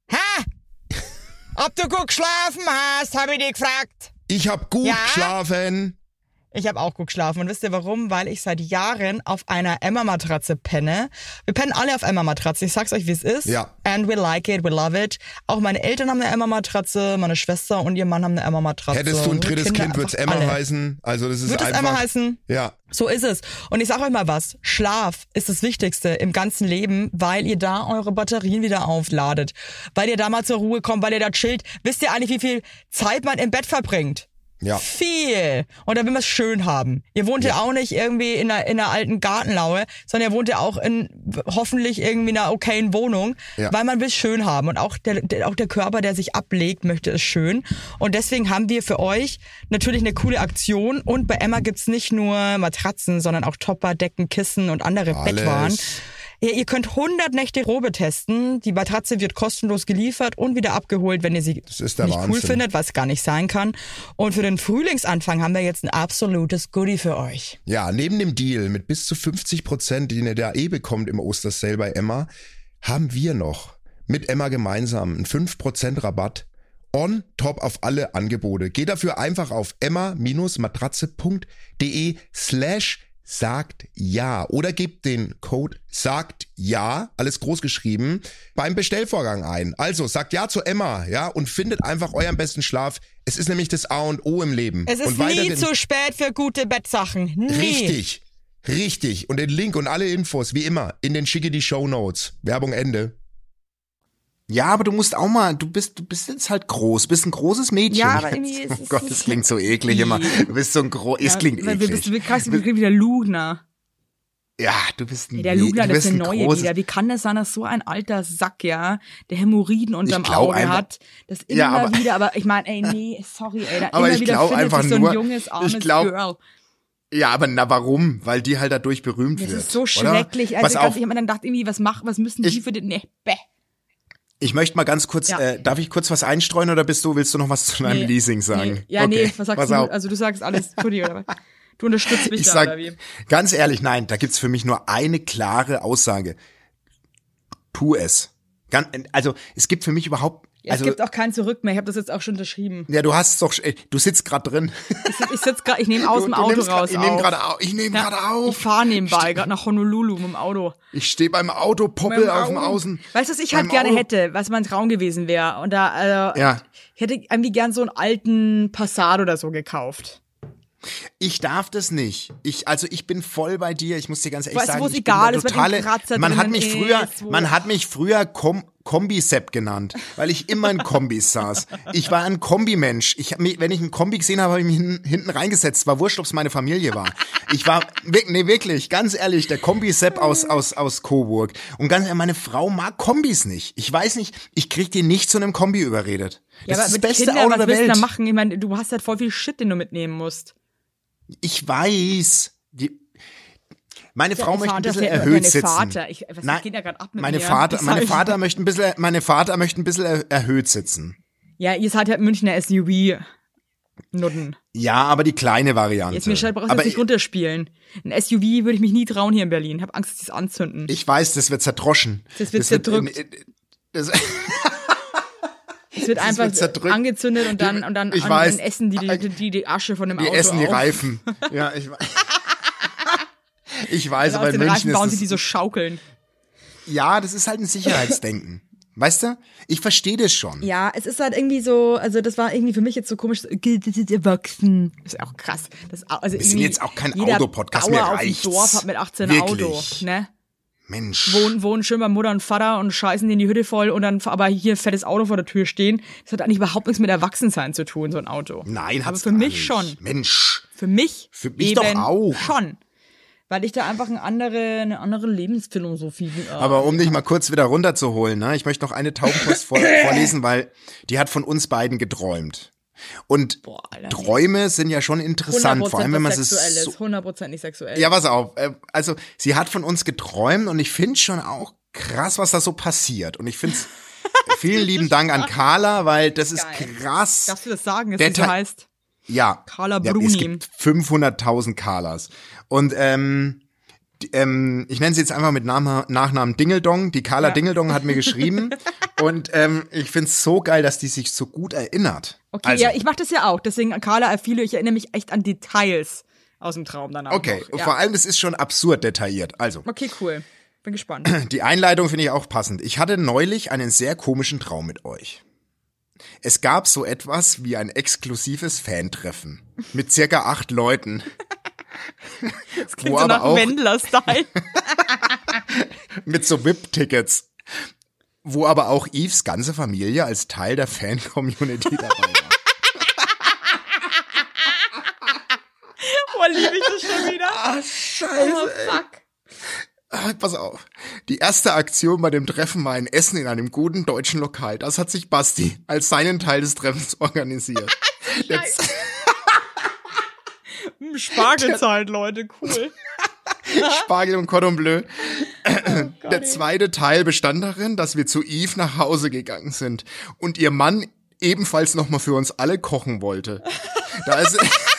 [SPEAKER 6] Hä? Ob du gut geschlafen hast, habe ich dich gefragt.
[SPEAKER 5] Ich hab gut
[SPEAKER 6] Ja?
[SPEAKER 5] geschlafen.
[SPEAKER 4] Ich habe auch gut geschlafen. Und wisst ihr warum? Weil ich seit Jahren auf einer Emma-Matratze penne. Wir pennen alle auf Emma-Matratzen. Ich sag's euch, wie es ist.
[SPEAKER 5] Ja.
[SPEAKER 4] And we like it, we love it. Auch meine Eltern haben eine Emma-Matratze, meine Schwester und ihr Mann haben eine Emma-Matratze.
[SPEAKER 5] Hättest du ein
[SPEAKER 4] Unsere
[SPEAKER 5] drittes
[SPEAKER 4] Kinder
[SPEAKER 5] Kind, wird's
[SPEAKER 4] einfach
[SPEAKER 5] Emma
[SPEAKER 4] alle.
[SPEAKER 5] heißen. Also das ist
[SPEAKER 4] Wird es
[SPEAKER 5] einfach.
[SPEAKER 4] Emma heißen?
[SPEAKER 5] Ja.
[SPEAKER 4] So ist es. Und ich sag euch mal was. Schlaf ist das Wichtigste im ganzen Leben, weil ihr da eure Batterien wieder aufladet. Weil ihr da mal zur Ruhe kommt, weil ihr da chillt. Wisst ihr eigentlich, wie viel Zeit man im Bett verbringt?
[SPEAKER 5] Ja.
[SPEAKER 4] Viel. Und da will man es schön haben. Ihr wohnt ja, auch nicht irgendwie in einer, in einer alten Gartenlaue, sondern ihr wohnt ja auch in hoffentlich irgendwie einer okayen Wohnung,
[SPEAKER 5] Ja.
[SPEAKER 4] weil man will es schön haben. Und auch der, der, auch der Körper, der sich ablegt, möchte es schön. Und deswegen haben wir für euch natürlich eine coole Aktion. Und bei Emma gibt's nicht nur Matratzen, sondern auch Topper, Decken, Kissen und andere
[SPEAKER 5] Alles.
[SPEAKER 4] Bettwaren. Ja, ihr könnt hundert Nächte Probe testen. Die Matratze wird kostenlos geliefert und wieder abgeholt, wenn ihr sie
[SPEAKER 5] Das ist der
[SPEAKER 4] nicht cool
[SPEAKER 5] Wahnsinn.
[SPEAKER 4] findet, was gar nicht sein kann. Und für den Frühlingsanfang haben wir jetzt ein absolutes Goodie für euch.
[SPEAKER 5] Ja, neben dem Deal mit bis zu fünfzig Prozent, den ihr da eh bekommt im Ostersale bei Emma, haben wir noch mit Emma gemeinsam einen fünf Prozent Rabatt on top auf alle Angebote. Geht dafür einfach auf emma-matratze.de slash sagt ja oder gebt den Code sagt ja, alles groß geschrieben, beim Bestellvorgang ein. Also sagt ja zu Emma, ja, und findet einfach euren besten Schlaf. Es ist nämlich das A und O im Leben.
[SPEAKER 4] Es ist
[SPEAKER 5] und
[SPEAKER 4] nie
[SPEAKER 5] weiterhin-
[SPEAKER 4] zu spät für gute Bettsachen. Nie.
[SPEAKER 5] Richtig, richtig. Und den Link und alle Infos, wie immer, in den schicke die Shownotes. Werbung Ende.
[SPEAKER 2] ja, aber du musst auch mal, du bist, du bist jetzt halt groß, bist ein großes Mädchen.
[SPEAKER 3] Ja, aber irgendwie ist
[SPEAKER 2] oh
[SPEAKER 3] es-
[SPEAKER 2] Gott, das klingt so eklig immer. Du bist so ein groß, es klingt
[SPEAKER 3] weil wir
[SPEAKER 2] eklig.
[SPEAKER 3] bist, wir kriegen wir kriegen wieder Lugner.
[SPEAKER 2] Ja, du bist ein,
[SPEAKER 3] Ja, der Lugner,
[SPEAKER 2] du
[SPEAKER 3] das
[SPEAKER 2] bist
[SPEAKER 3] ist
[SPEAKER 2] ein
[SPEAKER 3] eine neue
[SPEAKER 2] großes,
[SPEAKER 3] wieder. Wie kann das sein, dass so ein alter Sack, ja, der Hämorrhoiden unterm
[SPEAKER 2] Ich glaub
[SPEAKER 3] Auge
[SPEAKER 2] einfach-
[SPEAKER 3] hat, das immer
[SPEAKER 2] Ja, aber-
[SPEAKER 3] wieder, aber ich meine, ey, nee, sorry, ey, da
[SPEAKER 2] Aber
[SPEAKER 3] immer
[SPEAKER 2] ich
[SPEAKER 3] wieder
[SPEAKER 2] glaub
[SPEAKER 3] findet
[SPEAKER 2] einfach
[SPEAKER 3] sich so ein
[SPEAKER 2] nur-
[SPEAKER 3] junges, armes
[SPEAKER 2] ich glaub-
[SPEAKER 3] Girl.
[SPEAKER 2] Ja, aber na warum? Weil die halt dadurch berühmt
[SPEAKER 3] Das
[SPEAKER 2] wird.
[SPEAKER 3] ist so
[SPEAKER 2] oder?
[SPEAKER 3] schrecklich. Also
[SPEAKER 2] Pass
[SPEAKER 3] ganz,
[SPEAKER 2] auf,
[SPEAKER 3] ich habe mir dann gedacht, irgendwie, was macht, was müssen die
[SPEAKER 2] Ich-
[SPEAKER 3] für den, nee, bäh.
[SPEAKER 2] ich möchte mal ganz kurz,
[SPEAKER 3] Ja.
[SPEAKER 2] äh, darf ich kurz was einstreuen oder bist du, willst du noch was zu deinem
[SPEAKER 3] Nee,
[SPEAKER 2] Leasing sagen?
[SPEAKER 3] Nee. Ja,
[SPEAKER 2] Okay,
[SPEAKER 3] nee, was sagst
[SPEAKER 2] pass
[SPEAKER 3] du?
[SPEAKER 2] auf.
[SPEAKER 3] Also du sagst alles, Tutti, oder was? Du unterstützt mich
[SPEAKER 2] Ich
[SPEAKER 3] da,
[SPEAKER 2] sag,
[SPEAKER 3] oder wie?
[SPEAKER 2] ganz ehrlich, nein, da gibt's für mich nur eine klare Aussage. Tu es. Gan- Also, es gibt für mich überhaupt,
[SPEAKER 3] Ja,
[SPEAKER 2] also,
[SPEAKER 3] es gibt auch kein Zurück mehr. Ich habe das jetzt auch schon unterschrieben.
[SPEAKER 2] ja, du hast es doch, ey, du sitzt gerade drin.
[SPEAKER 3] Ich, ich sitze gerade, ich nehme aus
[SPEAKER 2] Du-
[SPEAKER 3] dem
[SPEAKER 2] du
[SPEAKER 3] Auto
[SPEAKER 2] nimmst grad-
[SPEAKER 3] raus.
[SPEAKER 2] Ich nehme
[SPEAKER 3] auf.
[SPEAKER 2] gerade auf, ich nehme
[SPEAKER 3] Ja,
[SPEAKER 2] gerade
[SPEAKER 3] Ich
[SPEAKER 2] auf.
[SPEAKER 3] fahre nebenbei, gerade nach Honolulu mit dem Auto.
[SPEAKER 2] Ich stehe beim Auto, poppel
[SPEAKER 3] Beim
[SPEAKER 2] auf dem
[SPEAKER 3] Auto.
[SPEAKER 2] Außen.
[SPEAKER 3] Weißt du, was ich halt
[SPEAKER 2] beim
[SPEAKER 3] gerne
[SPEAKER 2] Auto.
[SPEAKER 3] hätte, was mein Traum gewesen wäre? Und da, also,
[SPEAKER 2] Ja.
[SPEAKER 3] ich hätte irgendwie gern so einen alten Passat oder so gekauft.
[SPEAKER 2] Ich darf das nicht. Ich, also ich bin voll bei dir. Ich muss dir ganz ehrlich
[SPEAKER 3] Weißt du,
[SPEAKER 2] sagen,
[SPEAKER 3] wo es
[SPEAKER 2] ich
[SPEAKER 3] egal
[SPEAKER 2] bin
[SPEAKER 3] ist,
[SPEAKER 2] der
[SPEAKER 3] mit dem
[SPEAKER 2] totale.
[SPEAKER 3] Kratzer
[SPEAKER 2] Man hat
[SPEAKER 3] drinnen
[SPEAKER 2] mich früher,
[SPEAKER 3] ist, wo-
[SPEAKER 2] man hat mich früher Kom Kombi-Sepp genannt, weil ich immer in Kombis saß. Ich war ein Kombimensch. Ich hab mich, wenn ich einen Kombi gesehen habe, habe ich mich hin, hinten reingesetzt. War wurscht, ob es meine Familie war. Ich war, wir- nee, wirklich, ganz ehrlich, der Kombi-Sepp aus, aus, aus Coburg. Und ganz ehrlich, meine Frau mag Kombis nicht. Ich weiß nicht, ich krieg die nicht zu einem Kombi überredet.
[SPEAKER 3] Ja,
[SPEAKER 2] Das
[SPEAKER 3] aber
[SPEAKER 2] ist das
[SPEAKER 3] mit
[SPEAKER 2] beste
[SPEAKER 3] Kindern,
[SPEAKER 2] Auto
[SPEAKER 3] was
[SPEAKER 2] der
[SPEAKER 3] willst du
[SPEAKER 2] Welt.
[SPEAKER 3] da machen? Ich meine, du hast halt voll viel Shit, den du mitnehmen musst.
[SPEAKER 2] Ich weiß. Die, meine Frau
[SPEAKER 3] Dein
[SPEAKER 2] möchte ein
[SPEAKER 3] Vater
[SPEAKER 2] bisschen
[SPEAKER 3] fährt-
[SPEAKER 2] erhöht
[SPEAKER 3] deine
[SPEAKER 2] sitzen.
[SPEAKER 3] Vater, ich, was
[SPEAKER 2] Nein,
[SPEAKER 3] geht da gerade ab mit
[SPEAKER 2] meine
[SPEAKER 3] mir?
[SPEAKER 2] Vater,
[SPEAKER 3] Das
[SPEAKER 2] meine
[SPEAKER 3] sag ich-
[SPEAKER 2] Vater möchte ein bisschen, meine Vater möchte ein bisschen er, erhöht sitzen.
[SPEAKER 3] Ja, ihr seid halt Münchner S U V-Nutten.
[SPEAKER 2] Ja, aber die kleine Variante.
[SPEAKER 3] Jetzt mir schnell brauchst du
[SPEAKER 2] aber
[SPEAKER 3] jetzt nicht runterspielen. Ein S U V würde ich mich nie trauen hier in Berlin. Ich habe Angst, dass die es anzünden.
[SPEAKER 2] ich weiß, das wird zerdroschen.
[SPEAKER 3] Das wird zerdrückt.
[SPEAKER 2] äh, Das,
[SPEAKER 3] Es wird einfach
[SPEAKER 2] wird zerdrückt.
[SPEAKER 3] angezündet und dann, und dann,
[SPEAKER 2] Ich
[SPEAKER 3] und
[SPEAKER 2] weiß.
[SPEAKER 3] dann essen die die, die die Asche von dem
[SPEAKER 2] die
[SPEAKER 3] Auto
[SPEAKER 2] essen die
[SPEAKER 3] auf.
[SPEAKER 2] Reifen. Ja, ich weiß. Ich weiß,
[SPEAKER 3] Und
[SPEAKER 2] aber
[SPEAKER 3] aus
[SPEAKER 2] in
[SPEAKER 3] den
[SPEAKER 2] München
[SPEAKER 3] Reifen bauen
[SPEAKER 2] ist
[SPEAKER 3] sie die
[SPEAKER 2] es,
[SPEAKER 3] so schaukeln.
[SPEAKER 2] ja, das ist halt ein Sicherheitsdenken. Weißt du? Ich verstehe das schon.
[SPEAKER 3] Ja, es ist halt irgendwie so, also das war irgendwie für mich jetzt so komisch, so, okay, das ist erwachsen. Das ist auch krass. Das, also
[SPEAKER 2] Wir sind
[SPEAKER 3] irgendwie
[SPEAKER 2] jetzt auch kein
[SPEAKER 3] jeder
[SPEAKER 2] Autopodcast,
[SPEAKER 3] Bauer
[SPEAKER 2] mir
[SPEAKER 3] auf dem
[SPEAKER 2] reicht's.
[SPEAKER 3] Dorf hat mit achtzehn
[SPEAKER 2] Wirklich.
[SPEAKER 3] Auto, ne?
[SPEAKER 2] Mensch.
[SPEAKER 3] wohnen, wohnen schön bei Mutter und Vater und scheißen denen die Hütte voll und dann aber hier ein fettes Auto vor der Tür stehen. Das hat eigentlich überhaupt nichts mit Erwachsensein zu tun, so ein Auto.
[SPEAKER 2] Nein,
[SPEAKER 3] aber
[SPEAKER 2] hat's
[SPEAKER 3] für
[SPEAKER 2] gar
[SPEAKER 3] mich
[SPEAKER 2] nicht.
[SPEAKER 3] schon.
[SPEAKER 2] Mensch.
[SPEAKER 3] Für mich,
[SPEAKER 2] Für mich
[SPEAKER 3] eben
[SPEAKER 2] doch auch.
[SPEAKER 3] schon. Weil ich da einfach eine andere, eine andere Lebensphilosophie äh,
[SPEAKER 2] Aber um dich mal kurz wieder runterzuholen, ne? Ich möchte noch eine Taubenpost vor, vorlesen, weil die hat von uns beiden geträumt. Und
[SPEAKER 3] Boah, Alter,
[SPEAKER 2] Träume sind ja schon interessant, vor allem wenn man
[SPEAKER 3] was
[SPEAKER 2] es
[SPEAKER 3] Sexuelles,
[SPEAKER 2] so,
[SPEAKER 3] hundert Prozent nicht sexuell.
[SPEAKER 2] ja, pass auf. äh, Also, sie hat von uns geträumt und ich finde schon auch krass, was da so passiert. Und ich finde es, vielen lieben Dank an Carla, weil das ist
[SPEAKER 3] Geil.
[SPEAKER 2] krass.
[SPEAKER 3] Darfst du das sagen, dass
[SPEAKER 2] Der
[SPEAKER 3] sie so
[SPEAKER 2] Teil-
[SPEAKER 3] heißt?
[SPEAKER 2] Ja.
[SPEAKER 3] Carla
[SPEAKER 2] ja,
[SPEAKER 3] Bruni.
[SPEAKER 2] es gibt fünfhunderttausend Carlas. Und ähm, die, ähm, ich nenne sie jetzt einfach mit Name, Nachnamen Dingeldong. Die Carla
[SPEAKER 3] Ja.
[SPEAKER 2] Dingeldong hat mir geschrieben. Und ähm, ich finde es so geil, dass die sich so gut erinnert.
[SPEAKER 3] Okay,
[SPEAKER 2] also,
[SPEAKER 3] ja, ich mache das ja auch. Deswegen, Carla, viele, ich erinnere mich echt an Details aus dem Traum danach.
[SPEAKER 2] okay.
[SPEAKER 3] noch.
[SPEAKER 2] Und
[SPEAKER 3] Ja.
[SPEAKER 2] vor allem, es ist schon absurd detailliert. Also,
[SPEAKER 3] Okay, cool. Bin gespannt.
[SPEAKER 2] die Einleitung finde ich auch passend. Ich hatte neulich einen sehr komischen Traum mit euch. Es gab so etwas wie ein exklusives Fantreffen mit circa acht Leuten.
[SPEAKER 3] Das klingt
[SPEAKER 2] Wo
[SPEAKER 3] so
[SPEAKER 2] aber
[SPEAKER 3] nach
[SPEAKER 2] auch-
[SPEAKER 3] Wendler-Style.
[SPEAKER 2] Mit so V I P-Tickets. Wo aber auch Yves ganze Familie als Teil der Fan-Community dabei war.
[SPEAKER 3] Boah, liebe ich das schon wieder.
[SPEAKER 2] Ah, scheiße.
[SPEAKER 3] Oh, fuck.
[SPEAKER 2] Ah, pass auf. Die erste Aktion bei dem Treffen war ein Essen in einem guten deutschen Lokal. Das hat sich Basti als seinen Teil des Treffens organisiert. Der, z-
[SPEAKER 3] Hm, Spargelzeit, Leute, cool.
[SPEAKER 2] Spargel und Cordon Bleu.
[SPEAKER 3] Oh
[SPEAKER 2] Der zweite Teil bestand darin, dass wir zu Yves nach Hause gegangen sind und ihr Mann ebenfalls nochmal für uns alle kochen wollte. Da ist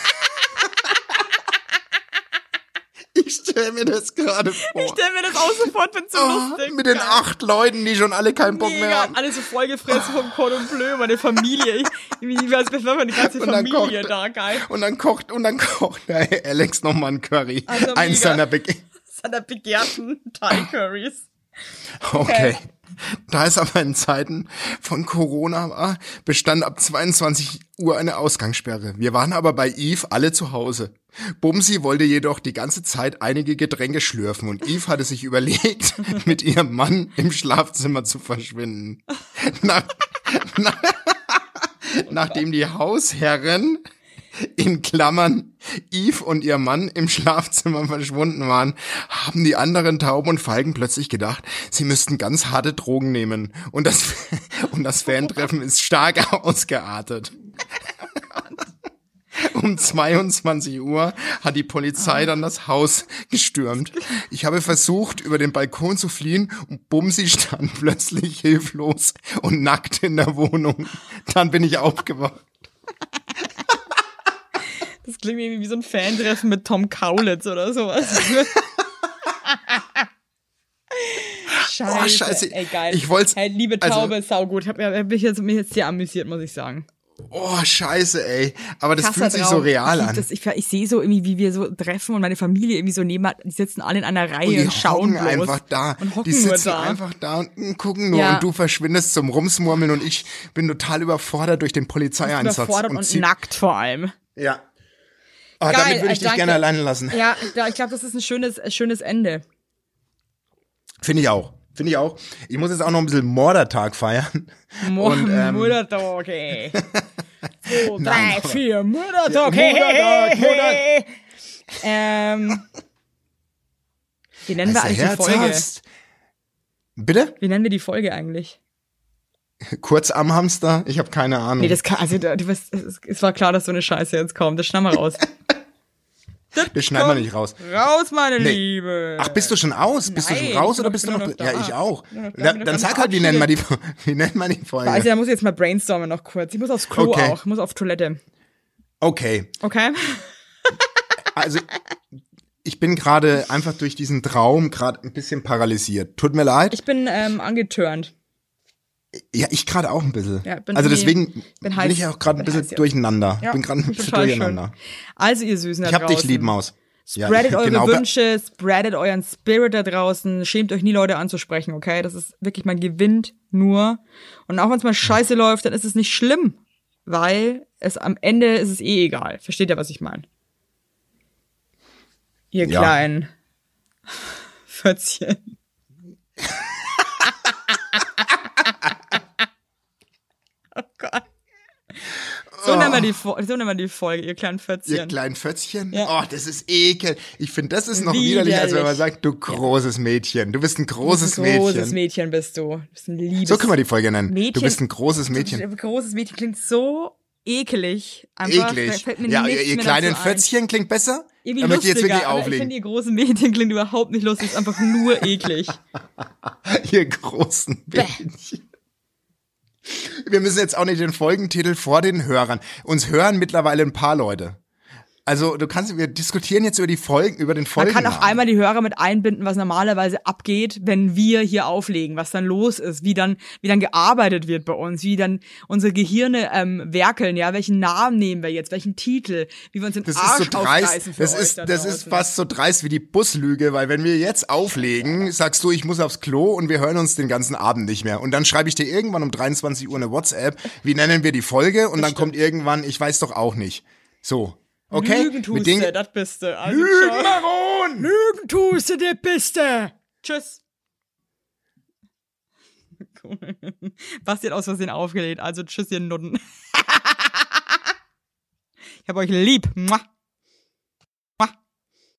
[SPEAKER 2] ich stelle mir das gerade vor.
[SPEAKER 3] Ich stell mir das auch sofort, find's so
[SPEAKER 2] Oh,
[SPEAKER 3] lustig.
[SPEAKER 2] mit den
[SPEAKER 3] Geil.
[SPEAKER 2] acht Leuten, die schon alle keinen Bock mehr
[SPEAKER 3] Mega,
[SPEAKER 2] haben.
[SPEAKER 3] alle so vollgefressen vom Cordon Bleu, meine Familie. Ich, wie, wie, als wäre meine ganze
[SPEAKER 2] Und dann
[SPEAKER 3] Familie
[SPEAKER 2] kocht-
[SPEAKER 3] da, geil.
[SPEAKER 2] Und dann kocht, und dann kocht der Alex nochmal ein Curry.
[SPEAKER 3] Also
[SPEAKER 2] Eins
[SPEAKER 3] mega.
[SPEAKER 2] seiner Bege
[SPEAKER 3] Seiner begehrten Thai-Curries.
[SPEAKER 2] Okay. Da es aber in Zeiten von Corona war, bestand ab zweiundzwanzig Uhr eine Ausgangssperre. Wir waren aber bei Yves alle zu Hause. Bumsi wollte jedoch die ganze Zeit einige Getränke schlürfen und Yves hatte sich überlegt, mit ihrem Mann im Schlafzimmer zu verschwinden. Nach, nach, nachdem die Hausherrin in Klammern Yves und ihr Mann im Schlafzimmer verschwunden waren, haben die anderen Tauben und Falken plötzlich gedacht, sie müssten ganz harte Drogen nehmen. Und das, und das Fantreffen ist stark ausgeartet. Um zweiundzwanzig Uhr hat die Polizei dann das Haus gestürmt. Ich habe versucht, über den Balkon zu fliehen und Bumsi stand plötzlich hilflos und nackt in der Wohnung. Dann bin ich aufgewacht.
[SPEAKER 3] Das klingt irgendwie wie so ein Fan-Treffen mit Tom Kaulitz oder sowas. Scheiße.
[SPEAKER 2] Oh, scheiße.
[SPEAKER 3] Ey, geil.
[SPEAKER 2] Ich wollt's-
[SPEAKER 3] Hey, liebe
[SPEAKER 2] also-
[SPEAKER 3] Taube, saugut. Hab, hab mich jetzt, mich jetzt sehr amüsiert, muss ich sagen.
[SPEAKER 2] Oh, scheiße, ey. Aber das
[SPEAKER 3] Krasser
[SPEAKER 2] fühlt sich
[SPEAKER 3] Traum.
[SPEAKER 2] so real
[SPEAKER 3] ich,
[SPEAKER 2] an.
[SPEAKER 3] Das, ich, ich sehe so irgendwie, wie wir so treffen und meine Familie irgendwie so neben, die sitzen alle in einer Reihe
[SPEAKER 2] Und
[SPEAKER 3] und,
[SPEAKER 2] die
[SPEAKER 3] schauen
[SPEAKER 2] hocken
[SPEAKER 3] bloß.
[SPEAKER 2] einfach da.
[SPEAKER 3] Und hocken
[SPEAKER 2] Die sitzen
[SPEAKER 3] nur da.
[SPEAKER 2] einfach da und gucken nur
[SPEAKER 3] Ja.
[SPEAKER 2] und du verschwindest zum Rumsmurmeln und ich bin total überfordert durch den Polizeieinsatz.
[SPEAKER 3] Überfordert und,
[SPEAKER 2] zieh-
[SPEAKER 3] nackt vor allem.
[SPEAKER 2] Ja. Ah,
[SPEAKER 3] Geil,
[SPEAKER 2] damit würde ich
[SPEAKER 3] äh,
[SPEAKER 2] dich
[SPEAKER 3] danke.
[SPEAKER 2] gerne alleine lassen.
[SPEAKER 3] Ja, ja ich glaube, das ist ein schönes, ein schönes Ende.
[SPEAKER 2] Finde ich auch. Finde ich auch. Ich muss jetzt auch noch ein bisschen Mordertag feiern.
[SPEAKER 3] Mo
[SPEAKER 2] Und, ähm,
[SPEAKER 3] Muttertag, ey. Zwei,
[SPEAKER 2] Nein,
[SPEAKER 3] drei, vier, Muttertag,
[SPEAKER 2] Ja,
[SPEAKER 3] hey,
[SPEAKER 2] Muttertag,
[SPEAKER 3] hey, hey. Ähm, wie nennen wir
[SPEAKER 2] Als
[SPEAKER 3] eigentlich
[SPEAKER 2] der
[SPEAKER 3] die Folge?
[SPEAKER 2] Herzarzt- Bitte?
[SPEAKER 3] Wie nennen wir die Folge eigentlich?
[SPEAKER 2] Kurz am Hamster? Ich habe keine Ahnung.
[SPEAKER 3] Nee, das kann, also, du, du weißt, es, es war klar, dass so eine Scheiße jetzt kommt. Das schneiden wir raus.
[SPEAKER 2] das schneiden wir nicht raus.
[SPEAKER 3] Raus, meine
[SPEAKER 2] Nee.
[SPEAKER 3] Liebe.
[SPEAKER 2] Ach, bist du schon aus? Bist
[SPEAKER 3] Nein,
[SPEAKER 2] du
[SPEAKER 3] ich
[SPEAKER 2] schon raus
[SPEAKER 3] bin
[SPEAKER 2] oder
[SPEAKER 3] noch-
[SPEAKER 2] bist du
[SPEAKER 3] bin
[SPEAKER 2] noch?
[SPEAKER 3] noch da.
[SPEAKER 2] Ja, ich auch.
[SPEAKER 3] Bin noch da,
[SPEAKER 2] Na,
[SPEAKER 3] bin noch
[SPEAKER 2] dann
[SPEAKER 3] ganz
[SPEAKER 2] sag halt, wie nennt man die,
[SPEAKER 3] verabschiedet.
[SPEAKER 2] wie nennt man die Folge?
[SPEAKER 3] Also, da muss ich jetzt mal brainstormen noch kurz. Ich muss aufs Klo
[SPEAKER 2] Okay.
[SPEAKER 3] auch. Ich muss auf Toilette.
[SPEAKER 2] Okay.
[SPEAKER 3] Okay?
[SPEAKER 2] Also, ich bin gerade einfach durch diesen Traum gerade ein bisschen paralysiert. Tut mir leid.
[SPEAKER 3] Ich bin ähm, angeturnt.
[SPEAKER 2] Ja, ich gerade auch ein bisschen.
[SPEAKER 3] Ja, bin
[SPEAKER 2] also
[SPEAKER 3] irgendwie-
[SPEAKER 2] deswegen
[SPEAKER 3] bin
[SPEAKER 2] bin,
[SPEAKER 3] heiß.
[SPEAKER 2] ich auch gerade ein
[SPEAKER 3] Bin
[SPEAKER 2] bisschen
[SPEAKER 3] heiß, ja.
[SPEAKER 2] durcheinander.
[SPEAKER 3] Ja,
[SPEAKER 2] bin gerade ein bisschen
[SPEAKER 3] total
[SPEAKER 2] durcheinander.
[SPEAKER 3] schön. Also, ihr Süßen da
[SPEAKER 2] Ich hab
[SPEAKER 3] draußen.
[SPEAKER 2] dich lieb, Maus. Ja,
[SPEAKER 3] Spreadet eure
[SPEAKER 2] genau.
[SPEAKER 3] Wünsche, spreadet euren Spirit da draußen. Schämt euch nie, Leute anzusprechen, okay? Das ist wirklich, man gewinnt nur. Und auch wenn es mal scheiße läuft, dann ist es nicht schlimm. Weil es am Ende ist es eh egal. Versteht ihr, was ich meine? Ihr
[SPEAKER 2] Ja.
[SPEAKER 3] kleinen Fötzchen. Oh Gott. So, nennen wir die, Fo- so nennen wir die Folge, ihr kleinen Fötzchen.
[SPEAKER 2] Ihr kleinen Fötzchen?
[SPEAKER 3] Ja.
[SPEAKER 2] Oh, das ist ekel. Ich finde, das ist noch
[SPEAKER 3] Widerlich.
[SPEAKER 2] widerlich, als wenn man sagt, du großes Mädchen. Du bist ein großes
[SPEAKER 3] ein großes
[SPEAKER 2] Mädchen.
[SPEAKER 3] Mädchen bist du. Du bist ein liebes
[SPEAKER 2] So können wir die Folge nennen.
[SPEAKER 3] Mädchen.
[SPEAKER 2] Du bist ein großes Mädchen.
[SPEAKER 3] Ein großes Mädchen klingt so ekelig. Einfach, da
[SPEAKER 2] Eklig.
[SPEAKER 3] fällt mir
[SPEAKER 2] Ja,
[SPEAKER 3] nichts
[SPEAKER 2] ihr
[SPEAKER 3] mehr
[SPEAKER 2] kleinen
[SPEAKER 3] dazu ein.
[SPEAKER 2] Fötzchen klingt besser?
[SPEAKER 3] Irgendwie
[SPEAKER 2] Da möchte ich jetzt
[SPEAKER 3] lustiger,
[SPEAKER 2] wirklich
[SPEAKER 3] aber ich
[SPEAKER 2] auflegen.
[SPEAKER 3] finde, ihr große Mädchen klingt überhaupt nicht lustig, ist einfach nur eklig.
[SPEAKER 2] Ihr großen Mädchen. Wir müssen jetzt auch nicht den Folgentitel vor den Hörern. Uns hören mittlerweile ein paar Leute. Also du kannst, wir diskutieren jetzt über die Folgen, über den
[SPEAKER 3] Man
[SPEAKER 2] Folgen.
[SPEAKER 3] kann auch einmal die Hörer mit einbinden, was normalerweise abgeht, wenn wir hier auflegen, was dann los ist, wie dann, wie dann gearbeitet wird bei uns, wie dann unsere Gehirne ähm, werkeln, ja, welchen Namen nehmen wir jetzt, welchen Titel, wie wir uns den
[SPEAKER 2] Das ist
[SPEAKER 3] Arsch
[SPEAKER 2] so dreist.
[SPEAKER 3] aufreißen für
[SPEAKER 2] Das
[SPEAKER 3] euch
[SPEAKER 2] ist,
[SPEAKER 3] da
[SPEAKER 2] das ist
[SPEAKER 3] draußen.
[SPEAKER 2] fast so dreist wie die Buslüge, weil wenn wir jetzt auflegen, sagst du, ich muss aufs Klo und wir hören uns den ganzen Abend nicht mehr. Und dann schreibe ich dir irgendwann um dreiundzwanzig Uhr eine WhatsApp, wie nennen wir die Folge? Und dann kommt irgendwann, ich weiß doch auch nicht. So. Okay? Mit
[SPEAKER 3] Lügentuste,
[SPEAKER 2] den-
[SPEAKER 3] das bist du. Also,
[SPEAKER 2] Lügenbaron!
[SPEAKER 3] Lügentuste, der bist du. Tschüss. Cool. Basti hat aus Versehen aufgelegt, also tschüss, ihr Nutten. Ich hab euch lieb. Mua.